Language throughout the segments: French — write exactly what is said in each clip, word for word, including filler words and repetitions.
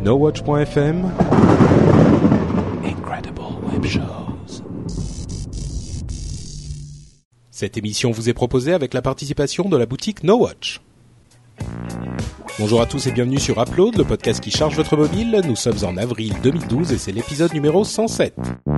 nowatch point f m. Incredible Web Shows. Cette émission vous est proposée avec la participation de la boutique NoWatch. Bonjour à tous et bienvenue sur Upload, le podcast qui charge votre mobile. Nous sommes en avril deux mille douze et c'est l'épisode numéro cent sept.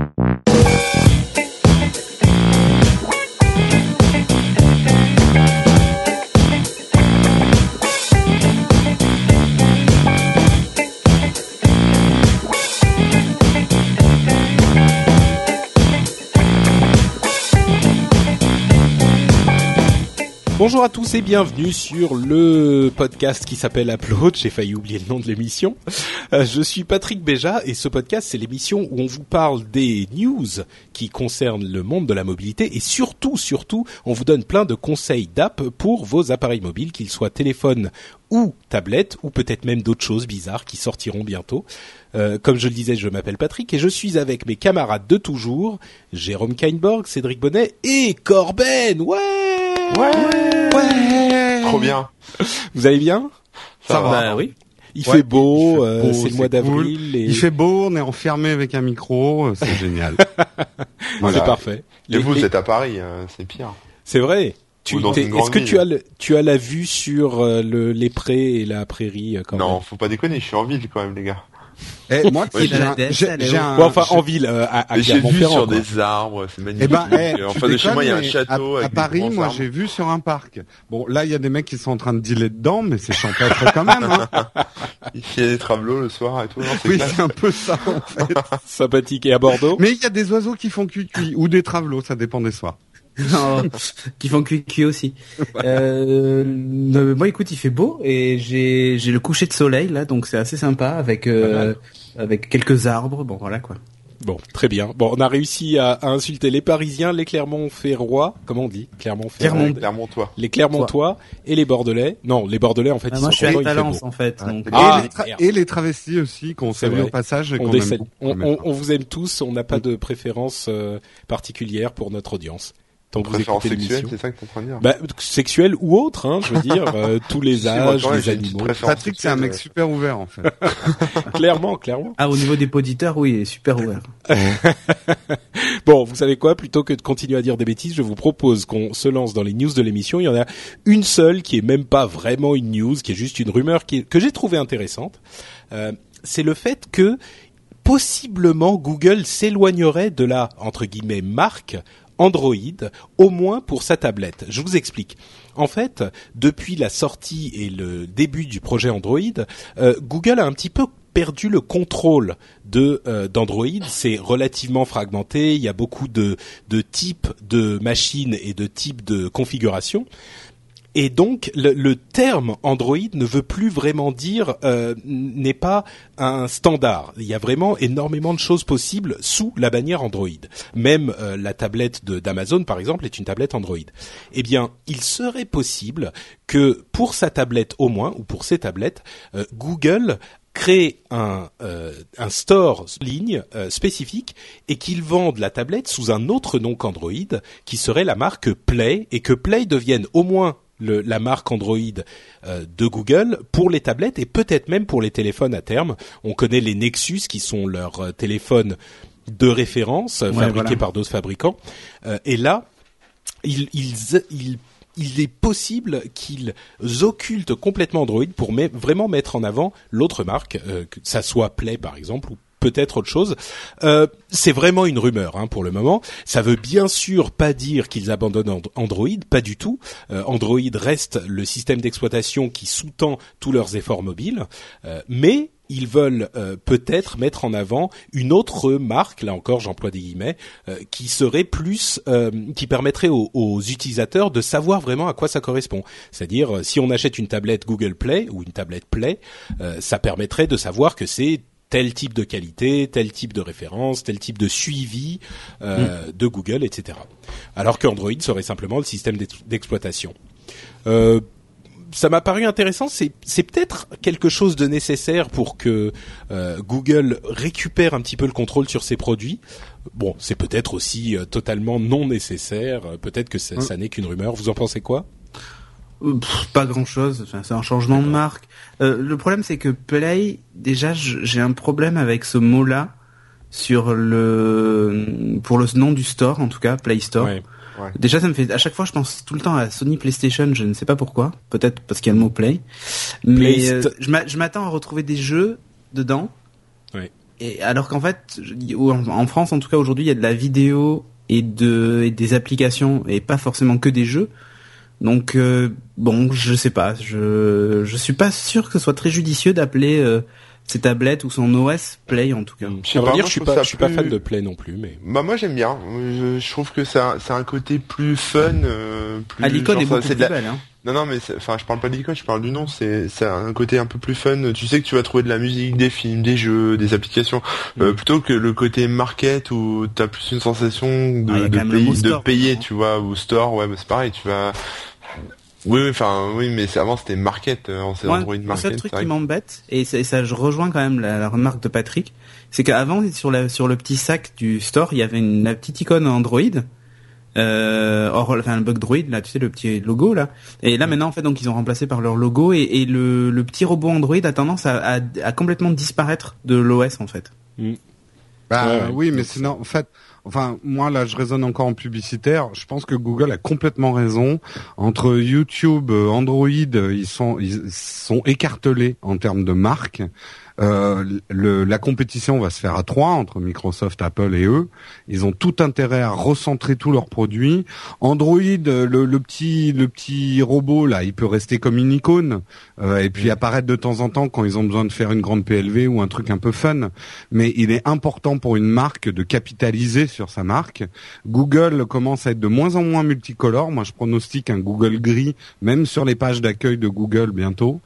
Bonjour à tous et bienvenue sur le podcast qui s'appelle Upload. J'ai failli oublier le nom de l'émission. Euh, je suis Patrick Béja et ce podcast, c'est l'émission où on vous parle des news qui concernent le monde de la mobilité et surtout, surtout, on vous donne plein de conseils d'app pour vos appareils mobiles, qu'ils soient téléphones ou tablettes, ou peut-être même d'autres choses bizarres qui sortiront bientôt. Euh, comme je le disais, je m'appelle Patrick et je suis avec mes camarades de toujours, Jérôme Kainborg, Cédric Bonnet et Corben. Ouais, ouais, ouais, trop bien. Vous allez bien? Ça, Ça va, bah, oui. Il, ouais, fait beau, il fait beau, euh, c'est, c'est le mois d'avril. Cool. Et... Il fait beau, on est enfermé avec un micro, c'est génial. Voilà. C'est parfait. Et les, vous, les... vous êtes à Paris, euh, c'est pire. C'est vrai. Tu, est-ce que tu as, le, tu as la vue sur euh, le, les prés et la prairie quand Non, même. faut pas déconner, je suis en ville quand même, les gars. Eh, moi, ouais, j'ai, un, j'ai, j'ai un, ouais, enfin, j'ai... en ville, euh, à, à j'ai vu sur quoi. des arbres, c'est magnifique. Eh ben, eh, en face de chez moi, il y a un château. À, avec à Paris, moi, arbres. j'ai vu sur un parc. Bon, là, il y a des mecs qui sont en train de dealer dedans, mais c'est champêtre quand même, hein. Il y a des travelots le soir et tout. Non, c'est oui, classe. c'est un peu ça, en fait. Sympathique. Et à Bordeaux? Mais il y a des oiseaux qui font cuit-cuit, ou des travelots, ça dépend des soirs. Non, qui font cuit-cuit aussi. Euh, euh, moi, écoute, il fait beau et j'ai j'ai le coucher de soleil là, donc c'est assez sympa avec euh, avec quelques arbres. Bon, voilà quoi. Bon, très bien. Bon, on a réussi à, à insulter les Parisiens, les Clermont-Ferrois, comment on dit? Clermont-Ferrand. Clermont, Clermontois. Les Clermontois et les Bordelais. Non, les Bordelais, en fait, ah, ils moi, sont je suis à contents, Talence, en fait. Ouais. Donc... Ah, et, les tra- merde. et les travestis aussi, qu'on salue au passage et on qu'on décède. aime on, beaucoup. On, on, on vous aime tous, on n'a pas de préférence euh, particulière pour notre audience. Tant que vous écoutez sexuelle, l'émission. c'est ça que t'es en train de dire. Bah, sexuel ou autre, hein, je veux dire, euh, tous les âges, si, moi, les animaux. Patrick, c'est un mec super ouvert, en fait. clairement, clairement. Ah, au niveau des auditeurs, oui, il est super ouvert. Bon, vous savez quoi, plutôt que de continuer à dire des bêtises, je vous propose qu'on se lance dans les news de l'émission. Il y en a une seule qui est même pas vraiment une news, qui est juste une rumeur qui est, que j'ai trouvée intéressante. Euh, c'est le fait que possiblement Google s'éloignerait de la, entre guillemets, marque Android, au moins pour sa tablette. Je vous explique. En fait, depuis la sortie et le début du projet Android, euh, Google a un petit peu perdu le contrôle de euh, d'Android. C'est relativement fragmenté. Il y a beaucoup de de types de machines et de types de configurations. Et donc, le, le terme Android ne veut plus vraiment dire, euh, n'est pas un standard. Il y a vraiment énormément de choses possibles sous la bannière Android. Même euh, la tablette de, d'Amazon, par exemple, est une tablette Android. Eh bien, il serait possible que pour sa tablette au moins, ou pour ses tablettes, euh, Google crée un, euh, un store ligne euh, spécifique et qu'ils vendent la tablette sous un autre nom qu'Android, qui serait la marque Play, et que Play devienne au moins Le, la marque Android euh, de Google pour les tablettes et peut-être même pour les téléphones à terme. On connaît les Nexus qui sont leurs euh, téléphones de référence euh, ouais, fabriqués voilà. par d'autres fabricants. Euh, et là, ils, ils, ils, il est possible qu'ils occultent complètement Android pour me- vraiment mettre en avant l'autre marque, euh, que ça soit Play par exemple ou peut-être autre chose. Euh, c'est vraiment une rumeur hein, pour le moment. Ça veut bien sûr pas dire qu'ils abandonnent Android, pas du tout. Euh, Android reste le système d'exploitation qui sous-tend tous leurs efforts mobiles, euh, mais ils veulent euh, peut-être mettre en avant une autre marque, là encore j'emploie des guillemets, euh, qui serait plus, euh, qui permettrait aux, aux utilisateurs de savoir vraiment à quoi ça correspond. C'est-à-dire, si on achète une tablette Google Play ou une tablette Play, euh, ça permettrait de savoir que c'est tel type de qualité, tel type de référence, tel type de suivi euh, mmh. de Google, et cetera. Alors qu'Android serait simplement le système d'exploitation. Euh, ça m'a paru intéressant. C'est, c'est peut-être quelque chose de nécessaire pour que euh, Google récupère un petit peu le contrôle sur ses produits. Bon, c'est peut-être aussi euh, totalement non nécessaire. Peut-être que ça, mmh. ça n'est qu'une rumeur. Vous en pensez quoi ? Pff, pas grand chose, enfin, c'est un changement D'accord. de marque. Euh, le problème c'est que Play, déjà j'ai un problème avec ce mot-là sur le pour le nom du store, en tout cas Play Store. Ouais. Ouais. Déjà ça me fait à chaque fois je pense tout le temps à Sony PlayStation, je ne sais pas pourquoi, peut-être parce qu'il y a le mot Play. Mais Play euh, je m'attends à retrouver des jeux dedans. Ouais. Et alors qu'en fait en France en tout cas aujourd'hui il y a de la vidéo et de et des applications et pas forcément que des jeux. Donc euh, bon, je sais pas, je je suis pas sûr que ce soit très judicieux d'appeler euh, ces tablettes ou son O S Play en tout cas. Je sais pas, dire, je suis pas je suis plus... pas fan de Play non plus, mais bah moi j'aime bien. Je, je trouve que ça c'est un côté plus fun, euh, plus ah, l'icône est beaucoup plus la... belle hein. Non non mais enfin je parle pas de l'icône, je parle du nom, c'est c'est un côté un peu plus fun. Tu sais que tu vas trouver de la musique, des films, des jeux, des applications mmh. euh, plutôt que le côté market où t'as plus une sensation de ah, de, payer, de payer, tu vois, ou store, ouais, bah, c'est pareil, tu vas Oui, oui, enfin, oui, mais avant c'était Market, euh, c'est ouais, Android Market. Le seul truc qui m'embête, et ça, et ça, je rejoins quand même la, la remarque de Patrick, c'est qu'avant sur la sur le petit sac du store, il y avait une la petite icône Android, euh, or, enfin le bug droid là, tu sais le petit logo là. Et là maintenant en fait donc ils ont remplacé par leur logo et, et le le petit robot Android a tendance à, à, à complètement disparaître de l'O S en fait. Mm. Bah ouais, ouais. oui, mais sinon en fait. Enfin, moi là, je raisonne encore en publicitaire. Je pense que Google a complètement raison. Entre YouTube, Android, ils sont ils sont écartelés en termes de marque. Euh, le, la compétition va se faire à trois entre Microsoft, Apple et eux. Ils ont tout intérêt à recentrer tous leurs produits. Android, le, le petit le petit robot là, il peut rester comme une icône euh, et puis apparaître de temps en temps quand ils ont besoin de faire une grande P L V ou un truc un peu fun. Mais il est important pour une marque de capitaliser sur sa marque. Google commence à être de moins en moins multicolore. Moi, je pronostique un Google gris, même sur les pages d'accueil de Google bientôt.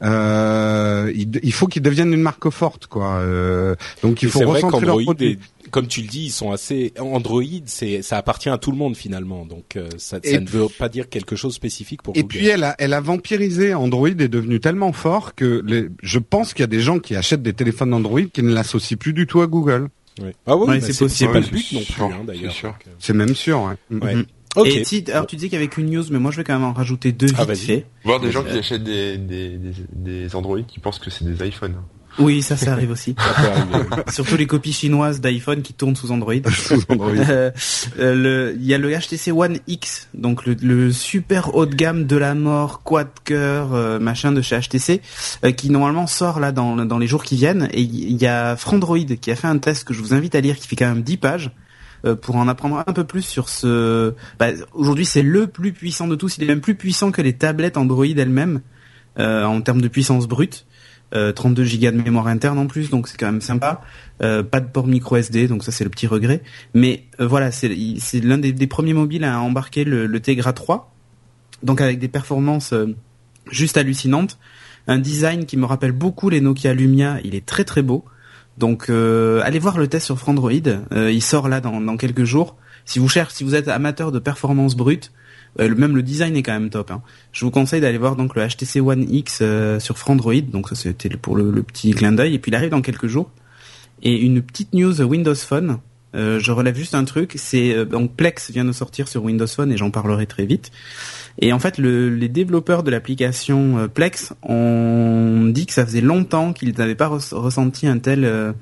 Euh, il, il faut qu'ils deviennent une marque forte, quoi. Euh, donc il faut recentrer leurs produits. Comme tu le dis, ils sont assez Android, c'est ça appartient à tout le monde finalement. Donc euh, ça, ça ne veut pas dire quelque chose de spécifique pour et Google. Et puis elle a, elle a vampirisé. Android est devenu tellement fort que les, je pense qu'il y a des gens qui achètent des téléphones Android qui ne l'associent plus du tout à Google. Oui. Ah oui, ouais, c'est possible. C'est pas le but non plus, hein, d'ailleurs. C'est, c'est même sûr. Ouais. Ouais. Mm-hmm. Okay. Et si, alors tu disais qu'il y avait qu'une news, mais moi je vais quand même en rajouter deux ah, vite fait. Voir des gens qui achètent des, des, des, des Android qui pensent que c'est des iPhones. Oui, ça, ça arrive aussi. Ça peut arriver. Surtout les copies chinoises d'iPhone qui tournent sous Android. sous Android. Euh, euh, le, il y a le H T C One X, donc le, le super haut de gamme de la mort, quad cœur, euh, machin de chez H T C, euh, qui normalement sort là dans, dans les jours qui viennent. Et il y a Frandroid qui a fait un test que je vous invite à lire, qui fait quand même dix pages. Euh, pour en apprendre un peu plus sur ce... Bah, aujourd'hui, c'est le plus puissant de tous. Il est même plus puissant que les tablettes Android elles-mêmes, euh, en termes de puissance brute. Euh, trente-deux gigas de mémoire interne en plus, donc c'est quand même sympa. Euh, pas de port micro S D, donc ça c'est le petit regret. Mais euh, voilà, c'est, c'est l'un des, des premiers mobiles à embarquer le, le Tegra trois, donc avec des performances euh, juste hallucinantes. Un design qui me rappelle beaucoup les Nokia Lumia, il est très très beau. Donc euh, allez voir le test sur Frandroid, euh, il sort là dans, dans quelques jours. Si vous cherchez, si vous êtes amateur de performance brute, euh, même le design est quand même top. Hein. Je vous conseille d'aller voir donc le H T C One X euh, sur Frandroid. Donc ça c'était pour le, le petit clin d'œil. Et puis il arrive dans quelques jours. Et une petite news Windows Phone. Euh, je relève juste un truc. C'est euh, donc Plex vient de sortir sur Windows Phone et j'en parlerai très vite. Et en fait, le, les développeurs de l'application euh, Plex ont dit que ça faisait longtemps qu'ils n'avaient pas re- ressenti un tel, euh,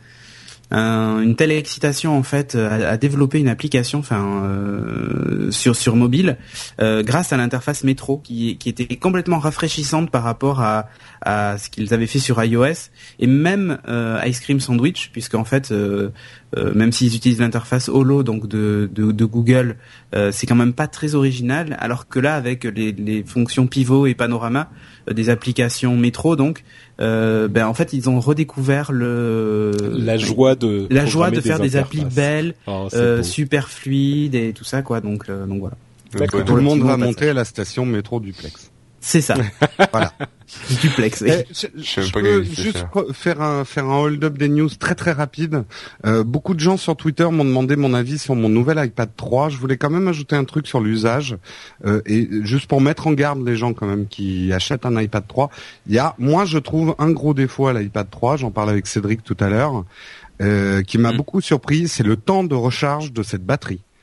un, une telle excitation en fait à, à développer une application, enfin euh, sur sur mobile, euh, grâce à l'interface Metro, qui, qui était complètement rafraîchissante par rapport à, à ce qu'ils avaient fait sur iOS et même euh, Ice Cream Sandwich, puisque en fait euh, Euh, même s'ils utilisent l'interface Holo donc de, de, de Google, euh, c'est quand même pas très original. Alors que là, avec les, les fonctions pivot et panorama euh, des applications métro, donc, euh, ben en fait, ils ont redécouvert le la joie de la joie de faire des, des applis belles, oh, euh, super fluides et tout ça, quoi. Donc, euh, donc voilà. D'accord. Tout le monde va monter à la station métro Duplex. C'est ça. Voilà. Duplex. Eh, je, je, je peux juste faire un faire un hold-up des news très très rapide. Euh, beaucoup de gens sur Twitter m'ont demandé mon avis sur mon nouvel iPad trois. Je voulais quand même ajouter un truc sur l'usage euh, et juste pour mettre en garde les gens quand même qui achètent un iPad trois. Il y a, moi je trouve un gros défaut à l'iPad trois. J'en parlais avec Cédric tout à l'heure, euh, qui m'a mmh. beaucoup surpris. C'est le temps de recharge de cette batterie.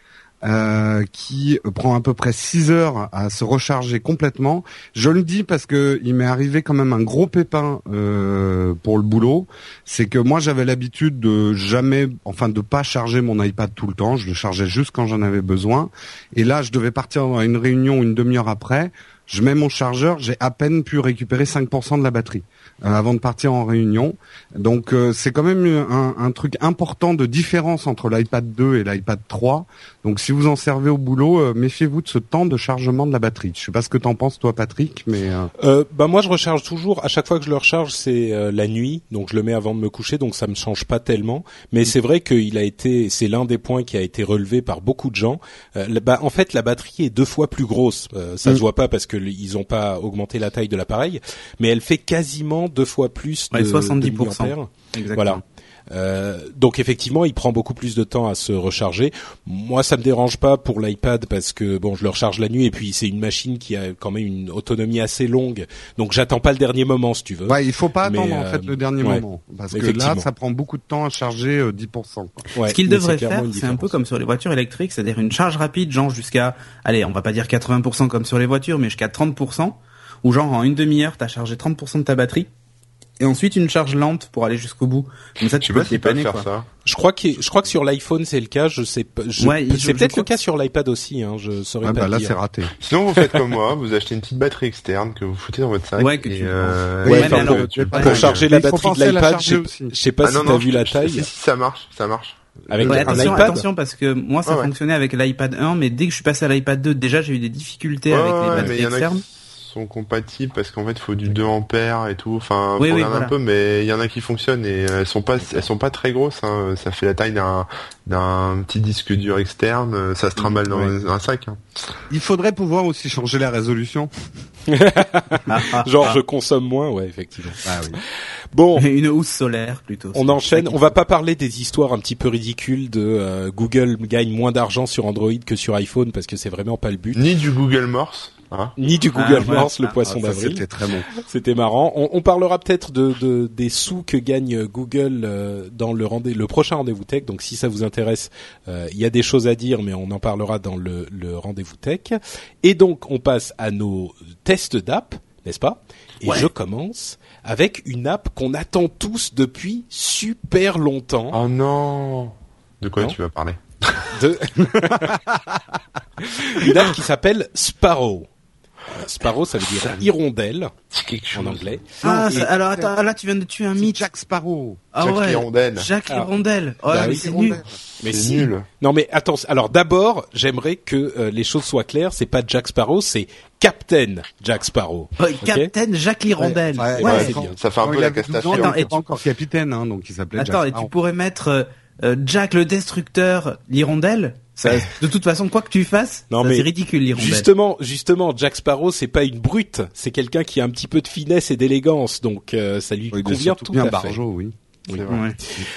euh, qui prend à peu près six heures à se recharger complètement. Je le dis parce que il m'est arrivé quand même un gros pépin euh, pour le boulot. C'est que moi j'avais l'habitude de jamais, enfin de pas charger mon iPad tout le temps. Je le chargeais juste quand j'en avais besoin. Et là, je devais partir à une réunion une demi-heure après. Je mets mon chargeur, j'ai à peine pu récupérer cinq pour cent de la batterie euh, avant de partir en réunion. Donc euh, c'est quand même un, un truc important de différence entre l'iPad deux et l'iPad trois. Donc si vous en servez au boulot, euh, méfiez-vous de ce temps de chargement de la batterie. Je sais pas ce que t'en penses toi, Patrick, mais euh... Euh, bah moi je recharge toujours. À chaque fois que je le recharge, c'est euh, la nuit, donc je le mets avant de me coucher, donc ça me change pas tellement. Mais c'est vrai qu'il a été, c'est l'un des points qui a été relevé par beaucoup de gens. Euh, bah en fait la batterie est deux fois plus grosse. Euh, ça mmh. se voit pas parce que ils ont pas augmenté la taille de l'appareil, mais elle fait quasiment deux fois plus de, ouais, soixante-dix pour cent. De milliampères. Exactement. Voilà. Euh, donc effectivement, il prend beaucoup plus de temps à se recharger. Moi, ça me dérange pas pour l'iPad parce que bon, je le recharge la nuit et puis c'est une machine qui a quand même une autonomie assez longue. Donc j'attends pas le dernier moment, si tu veux. Ouais, il faut pas attendre Mais, en fait le dernier ouais, moment parce que là, ça prend beaucoup de temps à charger euh, dix pour cent. Ouais, ce qu'il devrait faire, c'est un peu comme sur les voitures électriques, c'est-à-dire une charge rapide, genre jusqu'à, allez, on va pas dire quatre-vingts pour cent comme sur les voitures, mais jusqu'à trente pour cent, ou genre en une demi-heure, t'as chargé trente pour cent de ta batterie. Et ensuite une charge lente pour aller jusqu'au bout. Comme ça, tu peux te dépanner, quoi. Ça. Je crois que je crois que sur l'iPhone c'est le cas. Je sais pas. Je, ouais, c'est je, peut-être je le cas sur l'iPad aussi. Hein. Je saurais ah pas bah là dire. c'est raté. Sinon vous faites comme moi, vous achetez une petite batterie externe que vous foutez dans votre sac. Ouais, que et tu. Euh... Ouais, ouais, enfin, alors, pour, tu pour, pour charger la batterie de l'iPad, je sais, je sais pas ah, si non, t'as non, vu je, la je, taille. Si, si, ça marche, ça marche. Avec ouais, un attention, iPad. attention parce que moi ça ah, ouais. fonctionnait avec l'iPad un, mais dès que je suis passé à l'iPad deux, déjà j'ai eu des difficultés ouais, avec ouais, les batteries externes. Sont compatibles parce qu'en fait il faut du deux ampères et tout, enfin oui, faut oui, regarder voilà. un peu, mais il y en a qui fonctionnent et elles sont pas elles sont pas très grosses, hein. Ça fait la taille d'un d'un petit disque dur externe, ça se trimballe dans oui. un sac. Hein. Il faudrait pouvoir aussi changer la résolution. Genre je consomme moins, ouais effectivement. Ah oui. Bon, une housse solaire plutôt. On enchaîne. On va pas parler des histoires un petit peu ridicules de euh, Google gagne moins d'argent sur Android que sur iPhone parce que c'est vraiment pas le but. Ni du Google Morse. Hein Ni du Google ah, Morse, voilà. le poisson ah, d'avril. C'était très bon. C'était marrant. On, on parlera peut-être de, de des sous que gagne Google euh, dans le rendez le prochain rendez-vous tech. Donc si ça vous intéresse, euh, il y a des choses à dire, mais on en parlera dans le, le rendez-vous tech. Et donc on passe à nos tests d'app, n'est-ce pas? Et ouais. Je commence avec une app qu'on attend tous depuis super longtemps. Oh non. De quoi non tu vas parler? De une app qui s'appelle Sparrow. Sparrow, ça veut dire hirondelle en anglais. Ah, et... ça, alors attends, là tu viens de tuer un mythe. Jack Sparrow. Ah Jack ouais. Hirondelle. Jack ah. Hirondelle. Oh, bah, mais oui, c'est nul. Mais c'est si. nul. Non mais attends, alors d'abord, j'aimerais que euh, les choses soient claires, c'est pas Jack Sparrow, c'est Captain Jack Sparrow. Oh, okay. Captain Jack l'hirondelle. Ouais, ouais, ouais. ouais, c'est quand, ça fait un peu la Castafiore. Attends, et pas encore capitaine, hein, donc il s'appelait Attends, Jack et tu pourrais mettre euh, Jack le destructeur l'hirondelle. Ça, de toute façon, quoi que tu fasses, non, ça, mais c'est ridicule l'hirondelle. Justement, justement, Jack Sparrow, c'est pas une brute, c'est quelqu'un qui a un petit peu de finesse et d'élégance, donc euh, ça lui oui, convient tout bien à Barjo, fait. Oui. Oui. Ouais.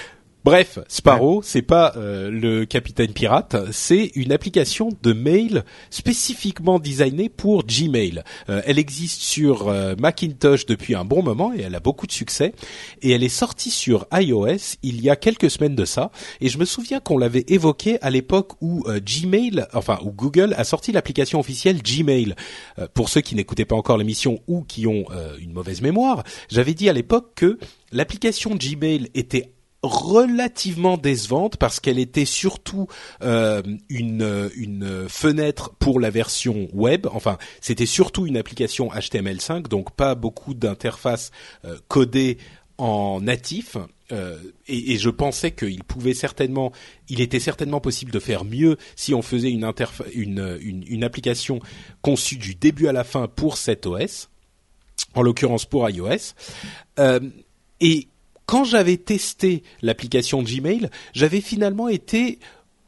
Bref, Sparrow, ouais. c'est pas euh, le capitaine pirate, c'est une application de mail spécifiquement designée pour Gmail. Euh, elle existe sur euh, Macintosh depuis un bon moment et elle a beaucoup de succès. Et elle est sortie sur iOS il y a quelques semaines de ça. Et je me souviens qu'on l'avait évoqué à l'époque où euh, Gmail, enfin où Google a sorti l'application officielle Gmail. Euh, pour ceux qui n'écoutaient pas encore l'émission ou qui ont euh, une mauvaise mémoire, j'avais dit à l'époque que l'application Gmail était relativement décevante parce qu'elle était surtout euh, une une fenêtre pour la version web. Enfin, c'était surtout une application H T M L cinq, donc pas beaucoup d'interfaces euh, codées en natif. Euh, et, et je pensais qu'il pouvait certainement, il était certainement possible de faire mieux si on faisait une interfa- une, une une application conçue du début à la fin pour cet O S, en l'occurrence pour iOS. Euh, et Quand j'avais testé l'application Gmail, j'avais finalement été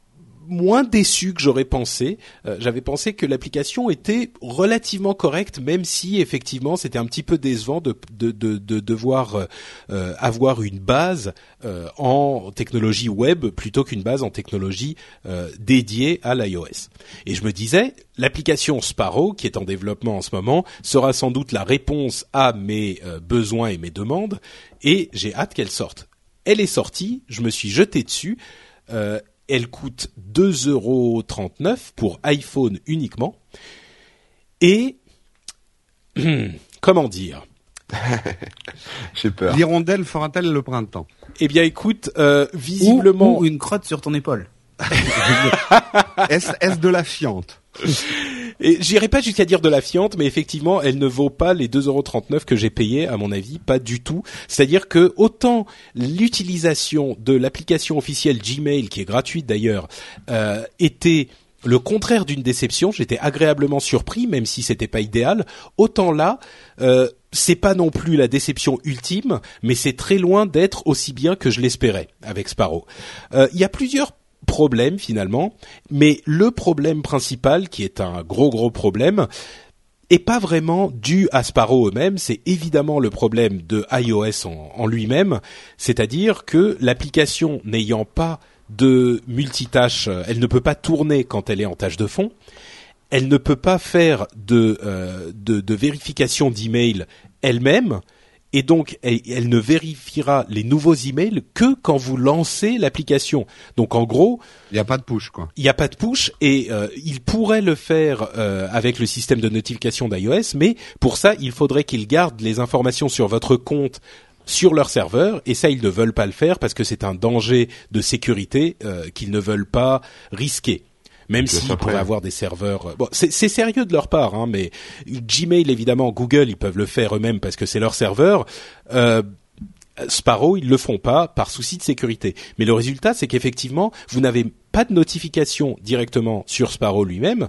moins déçu que j'aurais pensé. Euh, j'avais pensé que l'application était relativement correcte, même si effectivement c'était un petit peu décevant de de de, de devoir euh, avoir une base euh, en technologie web plutôt qu'une base en technologie euh, dédiée à l'iOS. Et je me disais, l'application Sparrow, qui est en développement en ce moment, sera sans doute la réponse à mes euh, besoins et mes demandes. Et j'ai hâte qu'elle sorte. Elle est sortie, je me suis jeté dessus. Euh, elle coûte deux euros trente-neuf pour iPhone uniquement. Et comment dire? J'ai peur. L'hirondelle fera-t-elle le printemps? Eh bien, écoute, euh, visiblement, ou, ou une crotte sur ton épaule. est-ce, est-ce de la fiente? Et j'irai pas jusqu'à dire de la fiente, mais effectivement, elle ne vaut pas les deux euros trente-neuf que j'ai payé, à mon avis, pas du tout. C'est-à-dire que autant l'utilisation de l'application officielle Gmail, qui est gratuite d'ailleurs, euh, était le contraire d'une déception, j'étais agréablement surpris, même si c'était pas idéal, autant là, euh, c'est pas non plus la déception ultime, mais c'est très loin d'être aussi bien que je l'espérais avec Sparrow. Euh, il y a plusieurs problème finalement, mais le problème principal, qui est un gros gros problème, est pas vraiment dû à Sparrow eux-mêmes, c'est évidemment le problème de iOS en, en lui-même, c'est-à-dire que l'application n'ayant pas de multitâche, elle ne peut pas tourner quand elle est en tâche de fond, elle ne peut pas faire de, euh, de, de vérification d'email elle-même, et donc elle, elle ne vérifiera les nouveaux emails que quand vous lancez l'application. Donc en gros, il n'y a pas de push quoi. Il n'y a pas de push et euh, il pourrait le faire euh, avec le système de notification d'iOS, mais pour ça, il faudrait qu'il garde les informations sur votre compte sur leur serveur, et ça ils ne veulent pas le faire parce que c'est un danger de sécurité euh, qu'ils ne veulent pas risquer. Même s'ils pourraient avoir des serveurs, bon, c'est, c'est sérieux de leur part, hein, mais Gmail évidemment, Google ils peuvent le faire eux-mêmes parce que c'est leur serveur. Euh, Sparrow ils le font pas par souci de sécurité. Mais le résultat c'est qu'effectivement vous n'avez pas de notification directement sur Sparrow lui-même.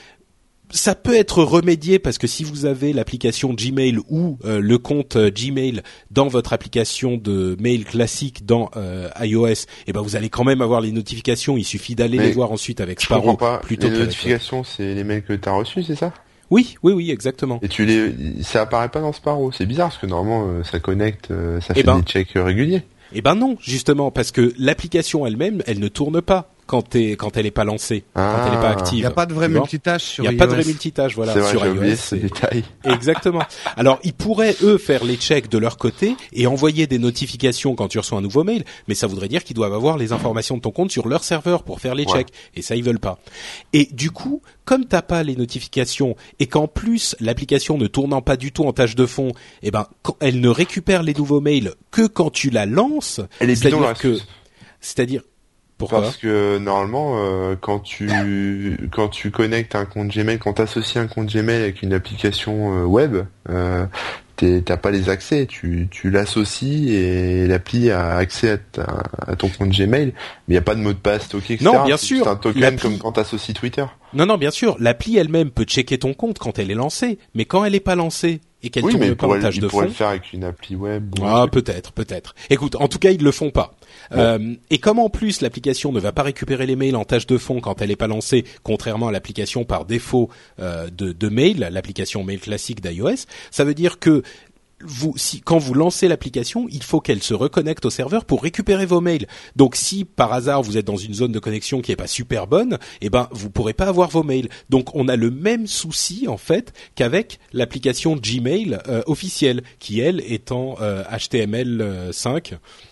Ça peut être remédié parce que si vous avez l'application Gmail ou euh, le compte euh, Gmail dans votre application de mail classique dans euh, iOS, eh ben vous allez quand même avoir les notifications. Il suffit d'aller Mais les voir ensuite avec Sparrow. Pas. Plutôt les que notifications, c'est les mails que t'as reçus, c'est ça? Oui, oui, oui, exactement. Et tu les, ça apparaît pas dans Sparrow. C'est bizarre parce que normalement euh, ça connecte, euh, ça eh fait ben, des checks réguliers. Eh ben non, justement, parce que l'application elle-même, elle ne tourne pas quand t'es, quand elle est pas lancée, ah, quand elle est pas active. Il n'y a pas de vraie multitâche sur iOS. Il n'y a pas de vraie multitâche, voilà. C'est vrai, sur j'ai iOS, oublié ce détail. Exactement. Alors, ils pourraient, eux, faire les checks de leur côté et envoyer des notifications quand tu reçois un nouveau mail, mais ça voudrait dire qu'ils doivent avoir les informations de ton compte sur leur serveur pour faire les ouais. checks. Et ça, ils veulent pas. Et du coup, comme t'as pas les notifications et qu'en plus, l'application ne tournant pas du tout en tâche de fond, eh ben, elle ne récupère les nouveaux mails que quand tu la lances. Elle est bidon, c'est-à-dire que, c'est-à-dire, pourquoi? Parce que normalement, euh, quand tu quand tu connectes un compte Gmail, quand tu associes un compte Gmail avec une application euh, web, euh, t'as pas les accès. Tu tu l'associes et l'appli a accès à, ta, à ton compte Gmail, mais il y a pas de mot de passe stocké, et cetera. Non, bien sûr. C'est un token l'appli... comme quand t'associes Twitter. Non, non, bien sûr. L'appli elle-même peut checker ton compte quand elle est lancée, mais quand elle est pas lancée et qu'elle oui, tourne mais pas en tâche il de pourrait fond. le faire avec une appli web. Ah, peut-être, peut-être. Écoute, en tout cas, ils le font pas. Bon. Euh, et comme en plus l'application ne va pas récupérer les mails en tâche de fond quand elle est pas lancée, contrairement à l'application par défaut euh, de, de mail, l'application mail classique d'iOS, ça veut dire que vous, si, quand vous lancez l'application, il faut qu'elle se reconnecte au serveur pour récupérer vos mails. Donc, si par hasard vous êtes dans une zone de connexion qui est pas super bonne, eh ben vous pourrez pas avoir vos mails. Donc, on a le même souci en fait qu'avec l'application Gmail euh, officielle, qui elle est en euh, H T M L cinq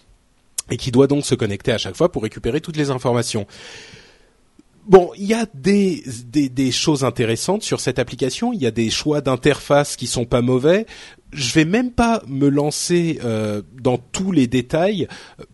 et qui doit donc se connecter à chaque fois pour récupérer toutes les informations. Bon, il y a des, des des choses intéressantes sur cette application. Il y a des choix d'interface qui sont pas mauvais. Je vais même pas me lancer euh, dans tous les détails.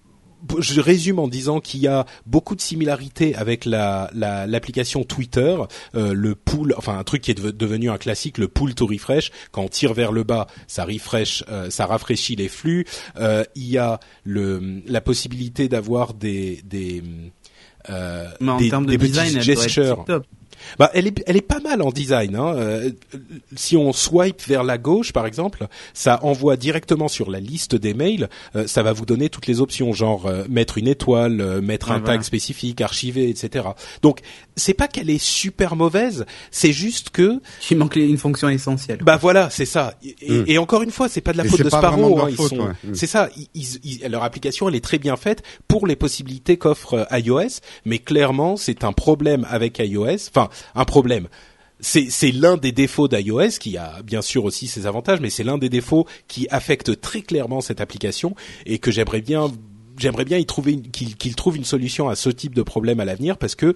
Je résume en disant qu'il y a beaucoup de similarités avec la, la l'application Twitter, euh, le pull, enfin un truc qui est de, devenu un classique, le pull to refresh. Quand on tire vers le bas, ça refresh, euh, ça rafraîchit les flux. Euh, il y a le la possibilité d'avoir des des Euh, mais en des, termes de des design, petits elle doit gestures. être top. Bah, elle est, elle est pas mal en design. Hein. Euh, si on swipe vers la gauche, par exemple, ça envoie directement sur la liste des mails. Euh, ça va vous donner toutes les options, genre euh, mettre une étoile, euh, mettre ouais, un voilà. tag spécifique, archiver, et cetera. Donc, c'est pas qu'elle est super mauvaise, c'est juste que il manque une fonction essentielle. Bah voilà, c'est ça. Et, mm. et encore une fois, c'est pas de la et faute de Sparrow. De hein, ils faute, sont, ouais. mm. c'est ça. Ils, ils, ils, leur application, elle est très bien faite pour les possibilités qu'offre euh, iOS, mais clairement, c'est un problème avec iOS. Enfin, un problème. C'est, c'est l'un des défauts d'iOS, qui a bien sûr aussi ses avantages, mais c'est l'un des défauts qui affecte très clairement cette application et que j'aimerais bien j'aimerais bien y trouver une, qu'il, qu'il trouve une solution à ce type de problème à l'avenir parce que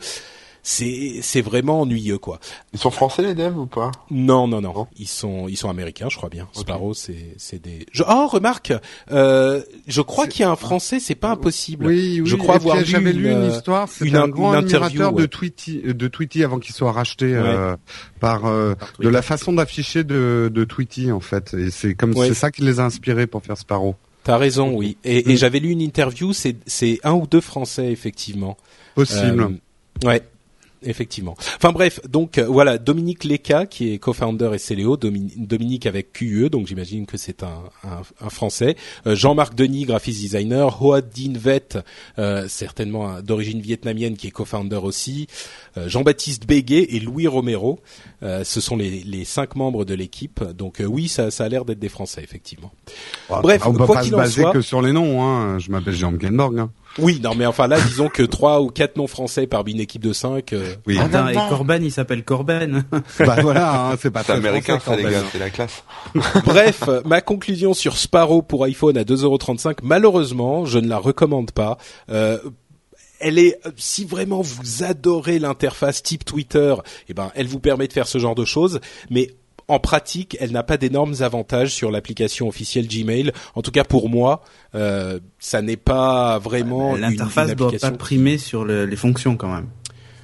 c'est c'est vraiment ennuyeux quoi. Ils sont français les devs ou pas? Non non non, non. Ils sont ils sont américains, je crois bien. Okay. Sparrow c'est c'est des je... Oh, remarque, euh, je crois c'est... qu'il y a un français, c'est pas impossible. Oui oui, je crois avoir lu j'avais une, lu une histoire, c'est une, un grand admirateur ouais. de Tweety de Tweety avant qu'il soit racheté ouais. euh, par, euh, par de la façon d'afficher de de Tweety en fait, et c'est comme ouais. c'est ça qui les a inspirés pour faire Sparrow. T'as raison, oui. Et, et j'avais lu une interview, c'est c'est un ou deux français effectivement. Possible. Euh, ouais. Effectivement. Enfin bref, donc euh, voilà, Dominique Leca qui est co-founder et C L O, Domin- Dominique avec Q E, donc j'imagine que c'est un, un, un français. Euh, Jean-Marc Denis, graphiste designer. Hoa Dinh Vet, euh, certainement d'origine vietnamienne, qui est co-founder aussi. Euh, Jean-Baptiste Béguet et Louis Romero, euh, ce sont les, les cinq membres de l'équipe. Donc euh, oui, ça, ça a l'air d'être des Français effectivement. Ah, bref, on peut pas se baser soit, que sur les noms. Hein. Je m'appelle Jean Kenborg. Hein. Oui, non, mais enfin là, disons que trois ou quatre noms français parmi une équipe de cinq. Euh... Oui. Attends, et Corben, il s'appelle Corben. Bah voilà, hein, c'est pas c'est américain, ça, les gars, c'est la classe. Bref, ma conclusion sur Sparrow pour iPhone à deux euros trente-cinq, malheureusement, je ne la recommande pas. Euh, elle est, si vraiment vous adorez l'interface type Twitter, eh ben, elle vous permet de faire ce genre de choses, mais en pratique, elle n'a pas d'énormes avantages sur l'application officielle Gmail. En tout cas, pour moi, euh, ça n'est pas vraiment l'interface une, une application... doit pas primer sur le, les fonctions quand même.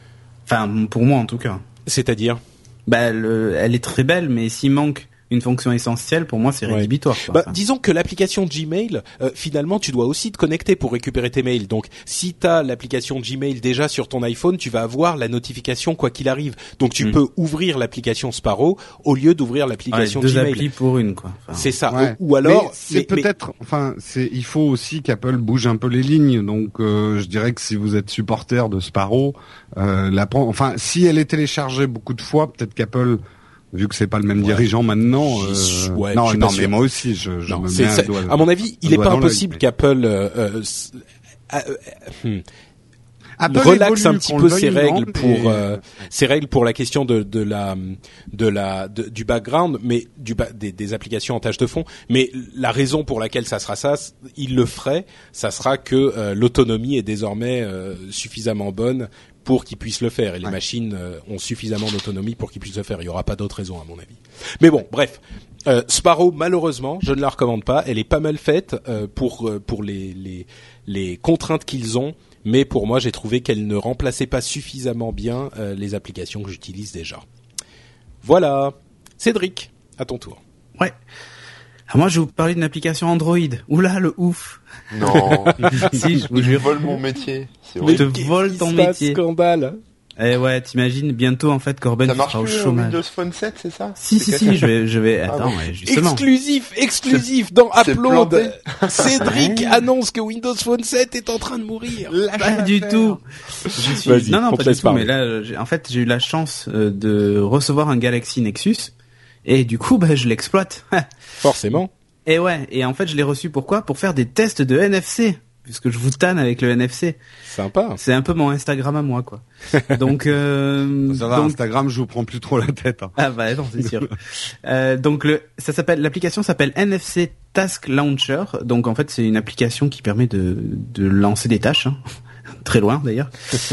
Enfin, pour moi en tout cas. C'est-à-dire, bah, le, elle est très belle, mais s'il manque une fonction essentielle, pour moi, c'est rédhibitoire. Ouais. Bah, disons que l'application Gmail, euh, finalement, tu dois aussi te connecter pour récupérer tes mails. Donc, si tu as l'application Gmail déjà sur ton iPhone, tu vas avoir la notification quoi qu'il arrive. Donc, tu mmh. peux ouvrir l'application Sparrow au lieu d'ouvrir l'application ouais, deux Gmail. Deux applis pour une, quoi. Enfin, c'est ça. Ouais. Ou, ou alors, mais c'est mais, peut-être. Mais... Enfin, c'est. Il faut aussi qu'Apple bouge un peu les lignes. Donc, euh, je dirais que si vous êtes supporter de Sparrow, euh, la. Enfin, si elle est téléchargée beaucoup de fois, peut-être qu'Apple, vu que c'est pas le même ouais. dirigeant maintenant, euh... ouais, non, non, sûr. mais moi aussi, je, je non, me c'est, mets c'est, doigt, à mon avis, il est pas impossible mais... qu'Apple euh, euh, euh, euh, Apple relaxe un petit peu ses règles et... pour euh, ses règles pour la question de de la de la de, du background, mais du des, des applications en tâche de fond. Mais la raison pour laquelle ça sera ça, il le ferait, ça sera que euh, l'autonomie est désormais euh, suffisamment bonne pour qu'ils puissent le faire, et les ouais. machines euh, ont suffisamment d'autonomie pour qu'ils puissent le faire. Il y aura pas d'autre raison à mon avis. Mais bon, bref. Euh, Sparrow, malheureusement, je ne la recommande pas. Elle est pas mal faite euh, pour euh, pour les les les contraintes qu'ils ont, mais pour moi, j'ai trouvé qu'elle ne remplaçait pas suffisamment bien euh, les applications que j'utilise déjà. Voilà. Cédric, à ton tour. Ouais. Alors moi, je vais vous parler d'une application Android. Oula, le ouf. Non. Si, je vous je jure. vole mon métier. C'est je te vole ton métier. Scandale. Eh ouais, t'imagines, bientôt, en fait, Corben sera au chômage. Ça marche plus Windows Phone sept, c'est ça? Si, si, si, je vais, je vais, attends, ah, ouais, justement. Exclusif, exclusif, c'est, dans Upload. Cédric annonce que Windows Phone sept est en train de mourir. Pas du tout. Je suis, Vas-y, non, non, pas du tout, parler. mais là, j'ai, en fait, j'ai eu la chance de recevoir un Galaxy Nexus, et du coup, bah, je l'exploite. Forcément. Et ouais, et en fait, je l'ai reçu pourquoi? Pour faire des tests de N F C. Puisque je vous tanne avec le N F C. Sympa. C'est un peu mon Instagram à moi, quoi. Donc, euh, ça va, donc... Instagram, je vous prends plus trop la tête. Hein. Ah bah non, c'est sûr. euh, donc le, ça s'appelle, l'application s'appelle N F C Task Launcher. Donc en fait, c'est une application qui permet de de lancer des tâches, hein. Très loin d'ailleurs.